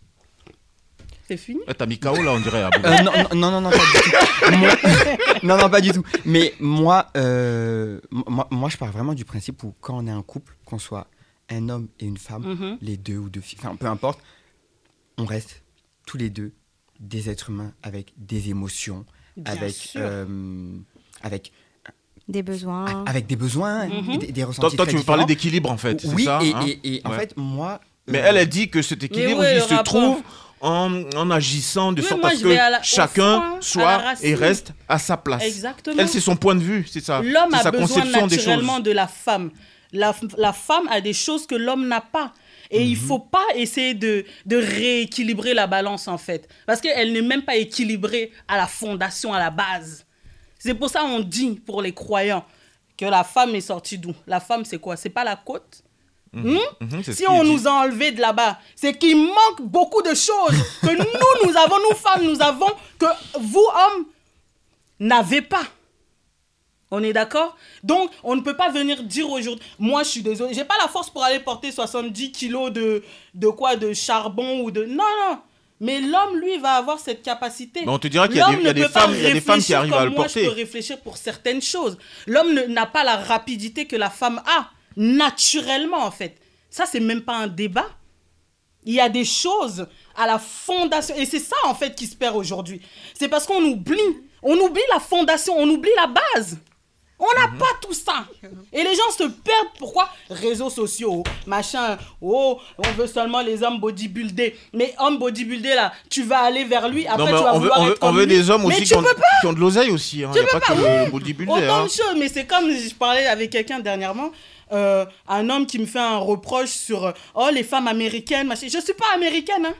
C'est fini. Eh, t'as mis K O là, on dirait. euh, non, non, non, non, pas du tout. Moi... non, non, pas du tout. Mais moi, euh, moi, moi, je pars vraiment du principe où quand on est un couple, qu'on soit un homme et une femme, mm-hmm. les deux ou deux filles, enfin, peu importe, on reste tous les deux des êtres humains avec des émotions, Bien avec, euh, avec des besoins, avec des besoins, mm-hmm. des, des ressentis. Toi, toi tu veux différents. parler d'équilibre en fait. Oui, c'est ça, et, hein et, et en ouais. fait, moi. Mais euh, elle a dit que cet équilibre, ouais, il se rapport. trouve en, en agissant de oui, sorte moi, à ce que la, chacun fond, soit et reste à sa place. Exactement. Elle, c'est son point de vue, c'est ça. L'homme c'est a sa besoin conception naturellement des choses. de la femme. La, la femme a des choses que l'homme n'a pas. Et mm-hmm. il ne faut pas essayer de, de rééquilibrer la balance, en fait. Parce qu'elle n'est même pas équilibrée à la fondation, à la base. C'est pour ça qu'on dit, pour les croyants, que la femme est sortie d'où? La femme, c'est quoi? C'est pas la côte? Mmh. Mmh? Mmh, si on nous a enlevé de là-bas, c'est qu'il manque beaucoup de choses que nous, nous avons, nous femmes, nous avons, que vous, hommes, n'avez pas. On est d'accord? Donc, on ne peut pas venir dire aujourd'hui, moi, je suis désolée, j'ai pas la force pour aller porter soixante-dix kilos de, de quoi, de charbon ou de... Non, non. Mais l'homme, lui, va avoir cette capacité. Mais on te dira qu'il y a des, il y a des femmes, il y a des femmes qui arrivent à le moi, porter. Je peux réfléchir pour certaines choses. L'homme ne, n'a pas la rapidité que la femme a, naturellement, en fait. Ça, c'est même pas un débat. Il y a des choses à la fondation. Et c'est ça, en fait, qui se perd aujourd'hui. C'est parce qu'on oublie. On oublie la fondation, on oublie la base. On n'a mmh. pas tout ça. Et les gens se perdent. Pourquoi? Réseaux sociaux, machin. Oh, on veut seulement les hommes bodybuildés. Mais homme bodybuildé, là, tu vas aller vers lui. Après, non, tu vas on vouloir veut, on être veut, comme on veut lui. des hommes mais aussi tu qui ont, peux pas. qui ont de l'oseille aussi. Il n'y a pas, pas que le, le bodybuilder. Autant hein. de choses. Mais c'est comme je parlais avec quelqu'un dernièrement. Euh, un homme qui me fait un reproche sur euh, oh, les femmes américaines. Machin. Je ne suis pas américaine. Hein.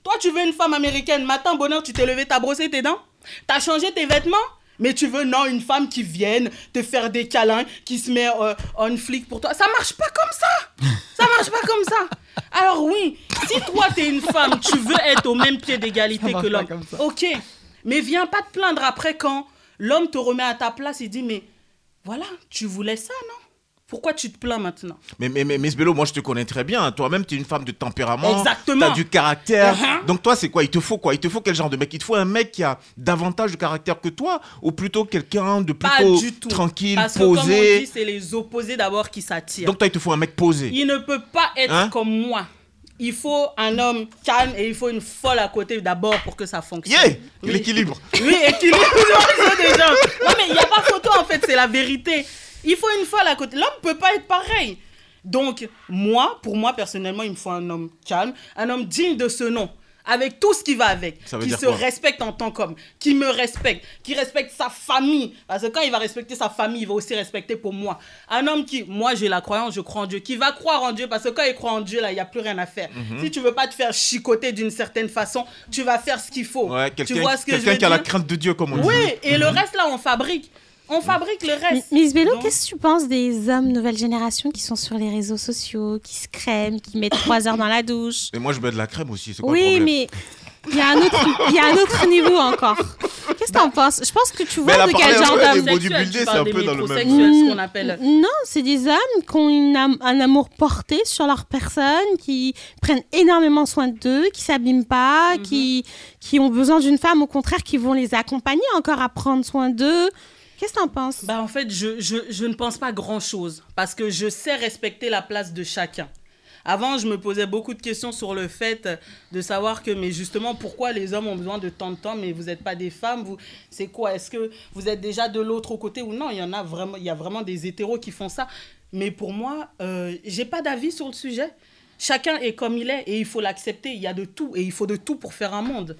Toi, tu veux une femme américaine. Matin, bonheur, tu t'es levé, t'as brossé tes dents, t'as changé tes vêtements. Mais tu veux, non, une femme qui vienne te faire des câlins, qui se met euh, en flic pour toi. Ça marche pas comme ça. Ça marche pas comme ça. Alors oui, si toi, t'es une femme, tu veux être au même pied d'égalité que l'homme. Ok, mais viens pas te plaindre après quand l'homme te remet à ta place et dit, mais voilà, tu voulais ça, non? Pourquoi tu te plains maintenant? Mais, mais, mais Miss Bello, moi je te connais très bien. Toi-même, tu es une femme de tempérament. Exactement. Tu as du caractère. Uh-huh. Donc toi, c'est quoi? Il te faut quoi? Il te faut quel genre de mec? Il te faut un mec qui a davantage de caractère que toi? Ou plutôt quelqu'un de plutôt Pas du tout. tranquille, Parce posé? que comme on dit, c'est les opposés d'abord qui s'attirent. Donc toi, il te faut un mec posé. Il ne peut pas être Hein? comme moi. Il faut un homme calme et il faut une folle à côté d'abord pour que ça fonctionne. Yeah! Oui. L'équilibre. Oui, équilibre. déjà. Non, mais il n'y a pas photo en fait, c'est la vérité. Il faut une folle à côté. L'homme ne peut pas être pareil. Donc, moi, pour moi, personnellement, il me faut un homme calme, un homme digne de ce nom, avec tout ce qui va avec, Ça veut qui dire se quoi? respecte en tant qu'homme, qui me respecte, qui respecte sa famille. Parce que quand il va respecter sa famille, il va aussi respecter pour moi. Un homme qui, moi, j'ai la croyance, je crois en Dieu, qui va croire en Dieu, parce que quand il croit en Dieu, là, il n'y a plus rien à faire. Mhm. Si tu ne veux pas te faire chicoter d'une certaine façon, tu vas faire ce qu'il faut. Ouais, tu quelqu'un vois ce que je quelqu'un veux qui a la dire? crainte de Dieu, comme on dit. Oui, et le Mhm. reste, là, on fabrique. On fabrique le reste. Miss Bello, Donc- qu'est-ce que tu penses des hommes nouvelle génération qui sont sur les réseaux sociaux, qui se crèment, qui mettent trois heures dans la douche? Et moi, je mets de la crème aussi. C'est quoi le Oui, problème? mais il y a un autre, il y a un autre niveau encore. Qu'est-ce que t'en penses? Je pense que tu vois elle a de parlé quel un genre peu d'homme. des bodybuildés, c'est un peu dans le même. ce qu'on appelle. Non, c'est des hommes qui ont une am- un amour porté sur leur personne, qui prennent énormément soin d'eux, qui s'abîment pas, qui, qui ont besoin d'une femme, au contraire, qui vont les accompagner encore à prendre soin d'eux. Qu'est-ce que t'en penses? Bah en fait, je, je, je ne pense pas grand-chose parce que je sais respecter la place de chacun. Avant, je me posais beaucoup de questions sur le fait de savoir que, mais justement, pourquoi les hommes ont besoin de tant de temps, mais vous n'êtes pas des femmes, vous, c'est quoi? Est-ce que vous êtes déjà de l'autre côté ou non? Il y en a vraiment, il y a vraiment des hétéros qui font ça. Mais pour moi, euh, j'ai pas d'avis sur le sujet. Chacun est comme il est et il faut l'accepter. Il y a de tout et il faut de tout pour faire un monde.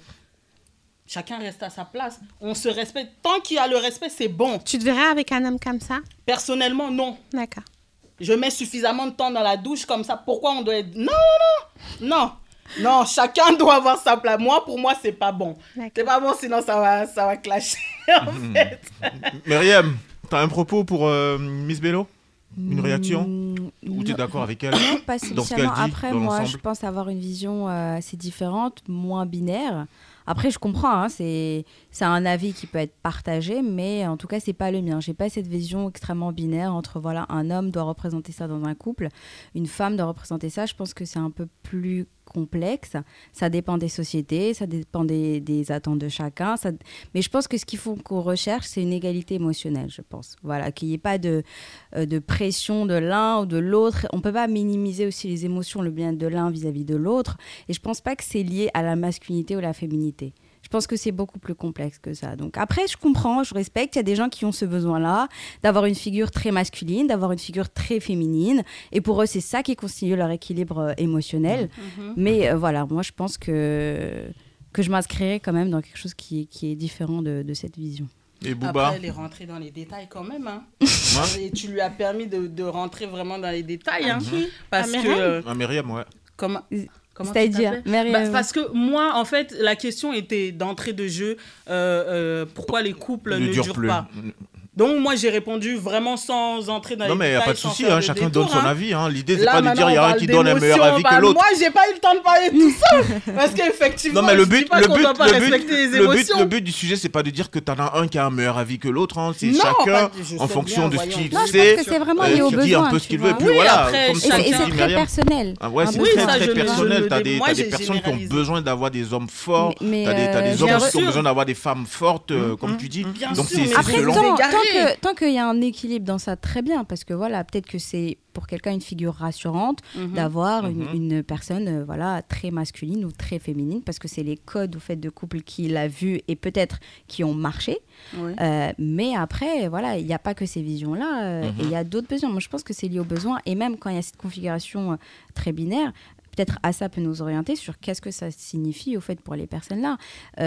Chacun reste à sa place. On se respecte. Tant qu'il y a le respect, c'est bon. Tu te verrais avec un homme comme ça? Personnellement, non. D'accord. Je mets suffisamment de temps dans la douche comme ça. Pourquoi on doit être... Non, non, non. Non, non, chacun doit avoir sa place. Moi, pour moi, c'est pas bon. C'est pas bon, sinon ça va, ça va clasher, en fait. Myriam, t'as un propos pour euh, Miss Bello? Une réaction? Ou t'es d'accord avec elle? Non, pas dans ce qu'elle spécialement. dit, Après, dans moi, je l'ensemble? pense avoir une vision euh, assez différente, moins binaire. Après, je comprends, hein, c'est c'est un avis qui peut être partagé, mais en tout cas, c'est pas le mien. J'ai pas cette vision extrêmement binaire entre voilà, un homme doit représenter ça dans un couple, une femme doit représenter ça. Je pense que c'est un peu plus complexe. Ça dépend des sociétés, ça dépend des, des attentes de chacun. Ça... Mais je pense que ce qu'il faut qu'on recherche, c'est une égalité émotionnelle, je pense. Voilà, qu'il n'y ait pas de, euh, de pression de l'un ou de l'autre. On ne peut pas minimiser aussi les émotions, le bien de l'un vis-à-vis de l'autre. Et je ne pense pas que c'est lié à la masculinité ou la féminité. Je pense que c'est beaucoup plus complexe que ça. Donc après, je comprends, je respecte. Il y a des gens qui ont ce besoin-là, d'avoir une figure très masculine, d'avoir une figure très féminine. Et pour eux, c'est ça qui constitue leur équilibre euh, émotionnel. Mhm. Mais euh, voilà, moi, je pense que, que je m'inscrirais quand même dans quelque chose qui, qui est différent de, de cette vision. Et Booba? Après, elle est rentrée dans les détails quand même. Hein. Et tu lui as permis de, de rentrer vraiment dans les détails. Hein. Mhm. Parce Ah, que... euh, Ah, Myriam, ouais. Comment... Comment tu C'est-à-dire, t'appelles? Myriam. Bah, parce que moi, en fait, la question était d'entrée de jeu. euh, euh, pourquoi les couples ne, Ne dure durent plus. pas? Donc moi, j'ai répondu vraiment sans entrer dans Non, les mais il n'y a détails. pas de sans souci, faire hein, de chacun détour, donne son hein. avis. Hein. L'idée, c'est Là, pas de dire maintenant, il y a on un parle qui donne un meilleur d'émotion, avis on que parle- l'autre. Moi, j'ai pas eu le temps de parler de tout ça. Parce qu'effectivement, Non, mais le je dis but, pas le qu'on but, doit pas le but, respecter les le but, émotions. le but du sujet, c'est pas de dire que t'en as un qui a un meilleur avis que l'autre. Hein. C'est Non, chacun pas- je en sais fonction bien, de ce voyons. qu'il Non, je sait. pense que c'est vraiment euh, lié au qui dit un besoin, peu ce tu qu'il vois. veut. Et puis Oui, voilà, après, comme Et ça, c'est, chacun- et tu c'est dis, très Myriam. personnel. Ah ouais, Un c'est peu Oui, très, ça, très je ne- personnel. je ne T'as le des, dis- t'as moi, des j'ai personnes qui ont généralisé. besoin d'avoir des hommes forts. Mais- mais, T'as des, t'as euh, des hommes bien qui ont sûr. besoin d'avoir des femmes fortes, euh, comme tu dis. Bien Donc sûr, c'est mais c'est Après, selon. tant, égaré. tant que tant qu'il y a un équilibre dans ça, très bien, parce que voilà, peut-être que c'est pour quelqu'un une figure rassurante Mhm. d'avoir une, Mhm. une personne euh, voilà très masculine ou très féminine, parce que c'est les codes au fait de couple qu'il a vus et peut-être qui ont marché. Oui. Euh, mais après, voilà, il n'y a pas que ces visions-là, euh, Mhm. et il y a d'autres besoins. Moi, je pense que c'est lié aux besoins, et même quand il y a cette configuration euh, très binaire, peut-être Assa peut nous orienter sur qu'est-ce que ça signifie au fait pour les personnes-là. Euh,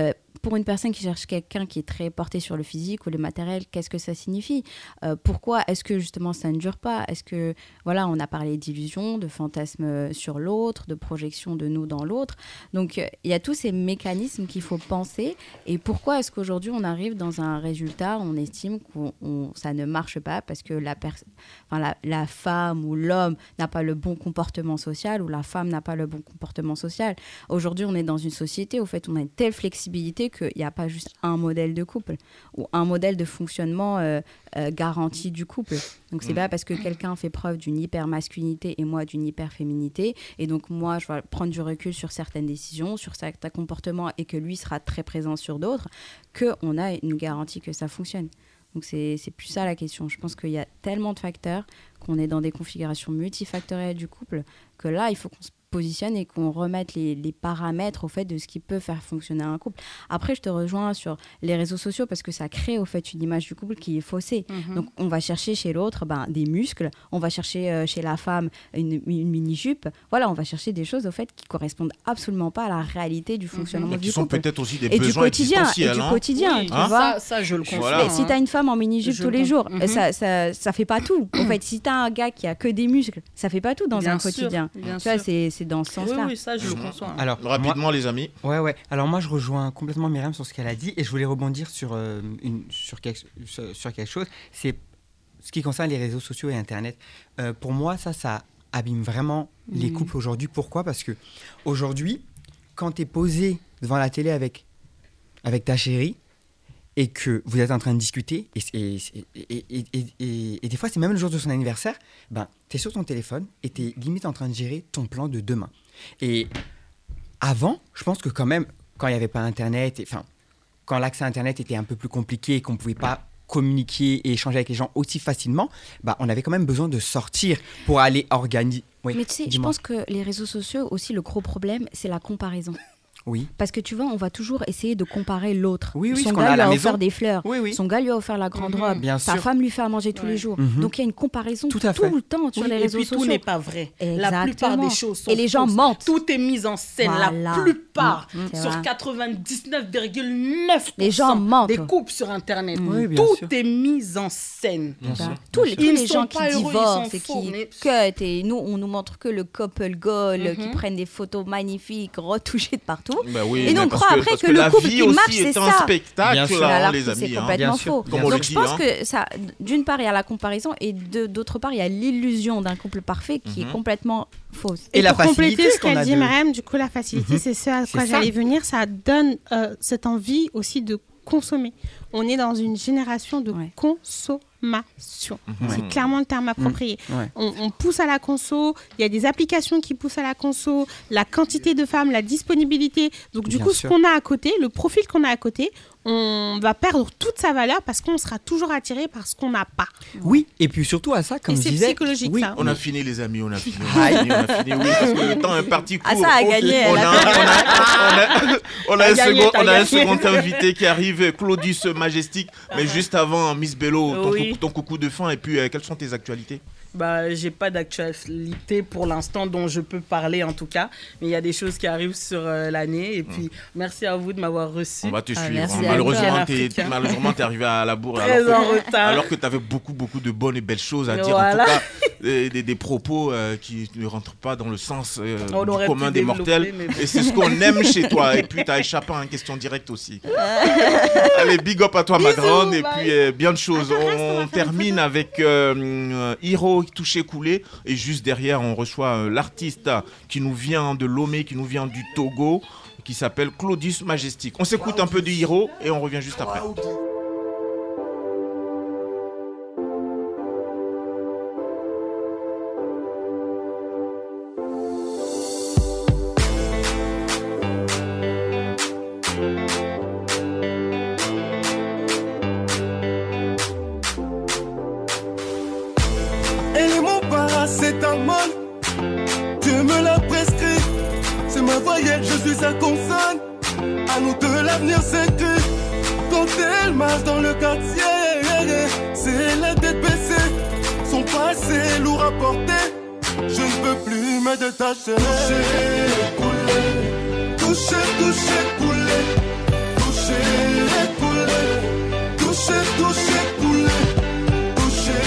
pour une personne qui cherche quelqu'un qui est très porté sur le physique ou le matériel, qu'est-ce que ça signifie ? euh, Pourquoi est-ce que justement ça ne dure pas ? Est-ce que, voilà, on a parlé d'illusion, de fantasme sur l'autre, de projection de nous dans l'autre. Donc, il y a tous ces mécanismes qu'il faut penser. Et pourquoi est-ce qu'aujourd'hui, on arrive dans un résultat, on estime que ça ne marche pas parce que la, pers- enfin, la, la femme ou l'homme n'a pas le bon comportement social ou la femme n'a pas le bon comportement social. Aujourd'hui, on est dans une société où, en fait, on a une telle flexibilité qu'il n'y a pas juste un modèle de couple ou un modèle de fonctionnement euh, euh, garanti du couple. Donc, c'est mmh. pas parce que quelqu'un fait preuve d'une hyper-masculinité et moi d'une hyper-féminité. Et donc, moi, je vais prendre du recul sur certaines décisions, sur certains comportements et que lui sera très présent sur d'autres, qu'on a une garantie que ça fonctionne. Donc, c'est, c'est plus ça la question. Je pense qu'il y a tellement de facteurs, qu'on est dans des configurations multifactorielles du couple, que là, il faut qu'on se positionne et qu'on remette les, les paramètres au fait de ce qui peut faire fonctionner un couple. Après, je te rejoins sur les réseaux sociaux parce que ça crée au fait une image du couple qui est faussée. Mm-hmm. Donc, on va chercher chez l'autre ben, des muscles, on va chercher euh, chez la femme une, une mini-jupe. Voilà, on va chercher des choses au fait qui correspondent absolument pas à la réalité du fonctionnement mm-hmm. du couple. Qui sont peut-être aussi des et besoins du quotidien, existentiels. Et du hein. quotidien, oui, tu hein vois. Ça, ça, je le conçois. Voilà. Et si t'as une femme en mini-jupe je tous les jours, mm-hmm. ça, ça, ça fait pas tout. En fait, si t'as un gars qui a que des muscles, ça fait pas tout dans bien un sûr, quotidien. Bien tu vois, sûr. c'est, c'est dans ce sens-là. Oui, oui, ça, je le conçois. Alors, rapidement, moi, les amis. Ouais, ouais. Alors, moi, je rejoins complètement Myriam sur ce qu'elle a dit et je voulais rebondir sur, euh, une, sur, quelque, sur, sur quelque chose. C'est ce qui concerne les réseaux sociaux et Internet. Euh, pour moi, ça, ça abîme vraiment mmh. les couples aujourd'hui. Pourquoi ? Parce que aujourd'hui, quand tu es posé devant la télé avec, avec ta chérie et que vous êtes en train de discuter, et, et, et, et, et, et, et des fois, c'est même le jour de son anniversaire, ben, tu es sur ton téléphone et tu es limite en train de gérer ton plan de demain. Et avant, je pense que quand même, quand il n'y avait pas Internet, enfin, quand l'accès à Internet était un peu plus compliqué et qu'on ne pouvait pas communiquer et échanger avec les gens aussi facilement, bah, on avait quand même besoin de sortir pour aller organiser. Oui, mais tu sais, je pense que les réseaux sociaux, aussi, le gros problème, c'est la comparaison. Oui. Parce que tu vois, on va toujours essayer de comparer l'autre. Oui, oui, son gars lui a, a a maison. offert des fleurs. Oui, oui. Son gars lui a offert la grande mmh, robe. bien Sa sûr. femme lui fait à manger tous ouais. les jours. Mmh. Donc il y a une comparaison tout, tout, tout le temps sur oui, les et réseaux puis, sociaux. Tout n'est pas vrai. Exactement. La plupart des choses sont Et les gens fausses. mentent. Tout est mis en scène. Voilà. La plupart, mmh, sur vrai. quatre-vingt-dix-neuf virgule neuf pour cent les gens mentent. des couples sur Internet, oui, bien tout sûr. est mis en scène. Bien sûr. Tous les, tous Ils les ne gens sont qui pas heureux, ils divorcent sont et faux, qui mais- cut, et nous, on nous montre que le couple goal, Mhm. qui prennent des photos magnifiques, retouchées de partout. Bah oui, Et nous, mais on parce croit que- après parce que que le la couple vie qui aussi marche, c'est est un ça. spectacle, Bien sûr. là, Alors les que amis. c'est hein. complètement Bien sûr. faux. Comme on le Donc dit, je pense hein. que ça, d'une part, il y a la comparaison et de, d'autre part, il y a l'illusion d'un couple parfait qui Mhm. est complètement fausse. Et Et, la pour compléter facilité ce qu'on qu'elle a dit, de- Mariam, du coup, la facilité, Mhm. c'est ce à C'est quoi ça. j'allais venir. Ça donne euh, cette envie aussi de consommer. On est dans une génération de Ouais. consommation. Mhm. C'est clairement le terme approprié. Ouais. On, on pousse à la conso, il y a des applications qui poussent à la conso, la quantité de femmes, la disponibilité. Donc du Bien coup, sûr. ce qu'on a à côté, le profil qu'on a à côté, on va perdre toute sa valeur parce qu'on sera toujours attiré par ce qu'on n'a pas. Oui, et puis surtout à ça, comme Et je c'est disais... psychologique, oui, ça. On a fini, les amis, on a fini. On a fini, on a fini, oui, parce que le temps est parti court. Ah, ça a Ok. gagné, On elle a, a on a, on a, on a T'as un gagné, second, t'as on a un gagné. second invité qui arrive, Claudius Majestic. Mais juste avant, Miss Bello, ton, Oui. coucou, ton coucou de fin, et puis euh, quelles sont tes actualités? Bah, j'ai pas d'actualité pour l'instant dont je peux parler en tout cas, mais il y a des choses qui arrivent sur euh, l'année et puis merci à vous de m'avoir reçu. On va te Ah, suivre. merci hein. à Malheureusement, toi. t'es, Africain. malheureusement, t'es arrivé à la bourre. Très alors en que, retard. alors que t'avais beaucoup, beaucoup de bonnes et belles choses à dire. Voilà. En tout cas, des, des, des propos euh, qui ne rentrent pas dans le sens euh, On du aurait commun pu des développer, mortels. mais bon. Et c'est ce qu'on aime chez toi. Et puis, t'as échappé à une question directe aussi. Allez, big up à toi, ma Bisous, grande. Et bye. puis, euh, bien de choses. Attends, reste, on va On faire une termine avec euh, euh, Hiro touché coulé. Et juste derrière, on reçoit euh, l'artiste qui nous vient de Lomé, qui nous vient du Togo, qui s'appelle Claudius Majestic. On s'écoute un peu de Hiro et on revient juste après. Elle est mon paracétamol, Dieu me l'a prescrit. C'est ma voyelle, je suis sa consonne. À nous deux, l'avenir s'écrit. Quand elle marche dans le quartier, c'est la tête baissée. Son passé lourd à porter. Je ne peux plus me détacher. Toucher, couler. Toucher, toucher, couler. Toucher, couler. Toucher, toucher, couler. Toucher,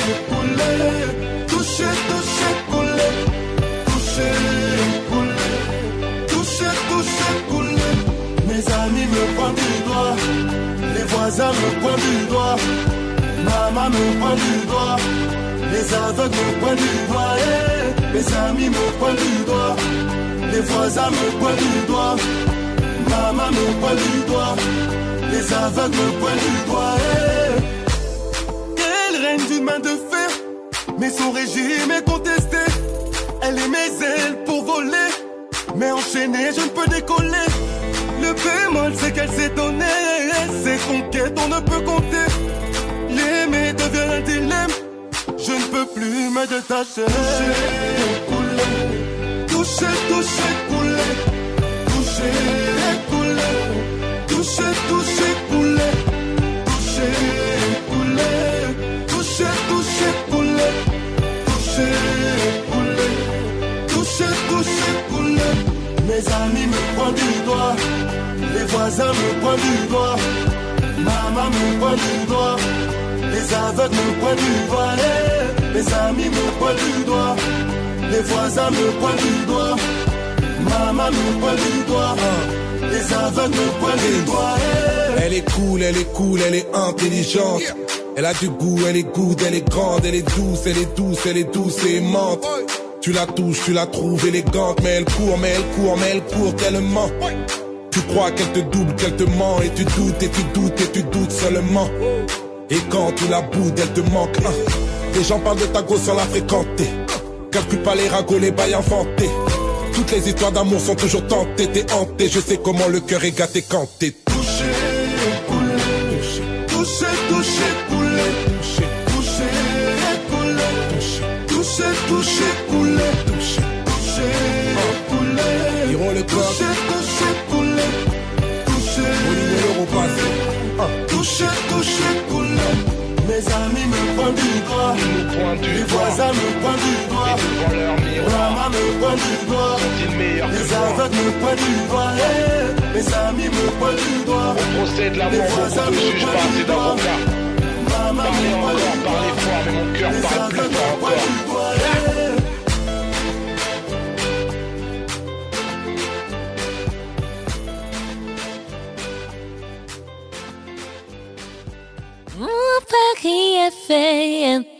couler. Toucher, toucher, couler. Toucher, couler. Toucher, toucher, couler. Mes amis me pointent du doigt. Les voisins me pointent du doigt. Maman me pointe du doigt. Les aveugles me pointent du doigt. Eh. Mes amis me pointent du doigt. Les voisins me pointent du doigt. Maman me pointe du doigt. Les aveugles me pointent du doigt. Eh. Elle règne d'une main de fer, mais son régime est contesté. Elle est mes ailes pour voler, mais enchaînée je ne peux décoller. Le bémol c'est qu'elle s'est donnée. Ses conquêtes on ne peut compter. L'aimer devient un dilemme. Je ne peux plus me détacher. Toucher, couler. Toucher, toucher, couler. Toucher, couler. Toucher, toucher, couler. Toucher, couler. Toucher, toucher, couler. Toucher, couler. Toucher, toucher, couler. Mes amis me pointent du doigt. Les voisins me pointent du doigt. Maman me pointe du doigt. Les aveugles me pointent du doigt. Eh. Mes amis me pointent du doigt. Les voisins me pointent du doigt. Maman me pointe du doigt. Les aveugles me pointent du doigt. Eh. Elle est cool, elle est cool, elle est intelligente. Elle a du goût, elle est good, elle est grande, elle est douce, elle est douce, elle est douce et aimante. Tu la touches, tu la trouves élégante, mais elle court, mais elle court, mais elle court tellement. Tu crois qu'elle te double, qu'elle te ment, et tu doutes, et tu doutes, et tu doutes seulement. Et quand tu la boudes, elle te manque. Hein. Les gens parlent de ta go sans la fréquenter. Calcule pas les ragots, les bails inventés. Toutes les histoires d'amour sont toujours tentées. T'es hanté, je sais comment le cœur est gâté quand t'es touché, coulé. Touché, touché, coulé. Touché, coulé. Touché, touché, coulé. Touché, coulé. Ils le corps. Touché, touché, coulé. Touché, touché, touché, coulé. Mes amis me pointent du doigt. Les voisins me pointent du doigt. Maman me pointe du doigt. Les aveugles me pointent du doigt. Hey, mes amis me pointent du doigt. On procède l'amour, beaucoup de juges pas assez d'avocats. Parlez encore, parlez fort, mais mon cœur parle plus fort encore. Mon Paris F M.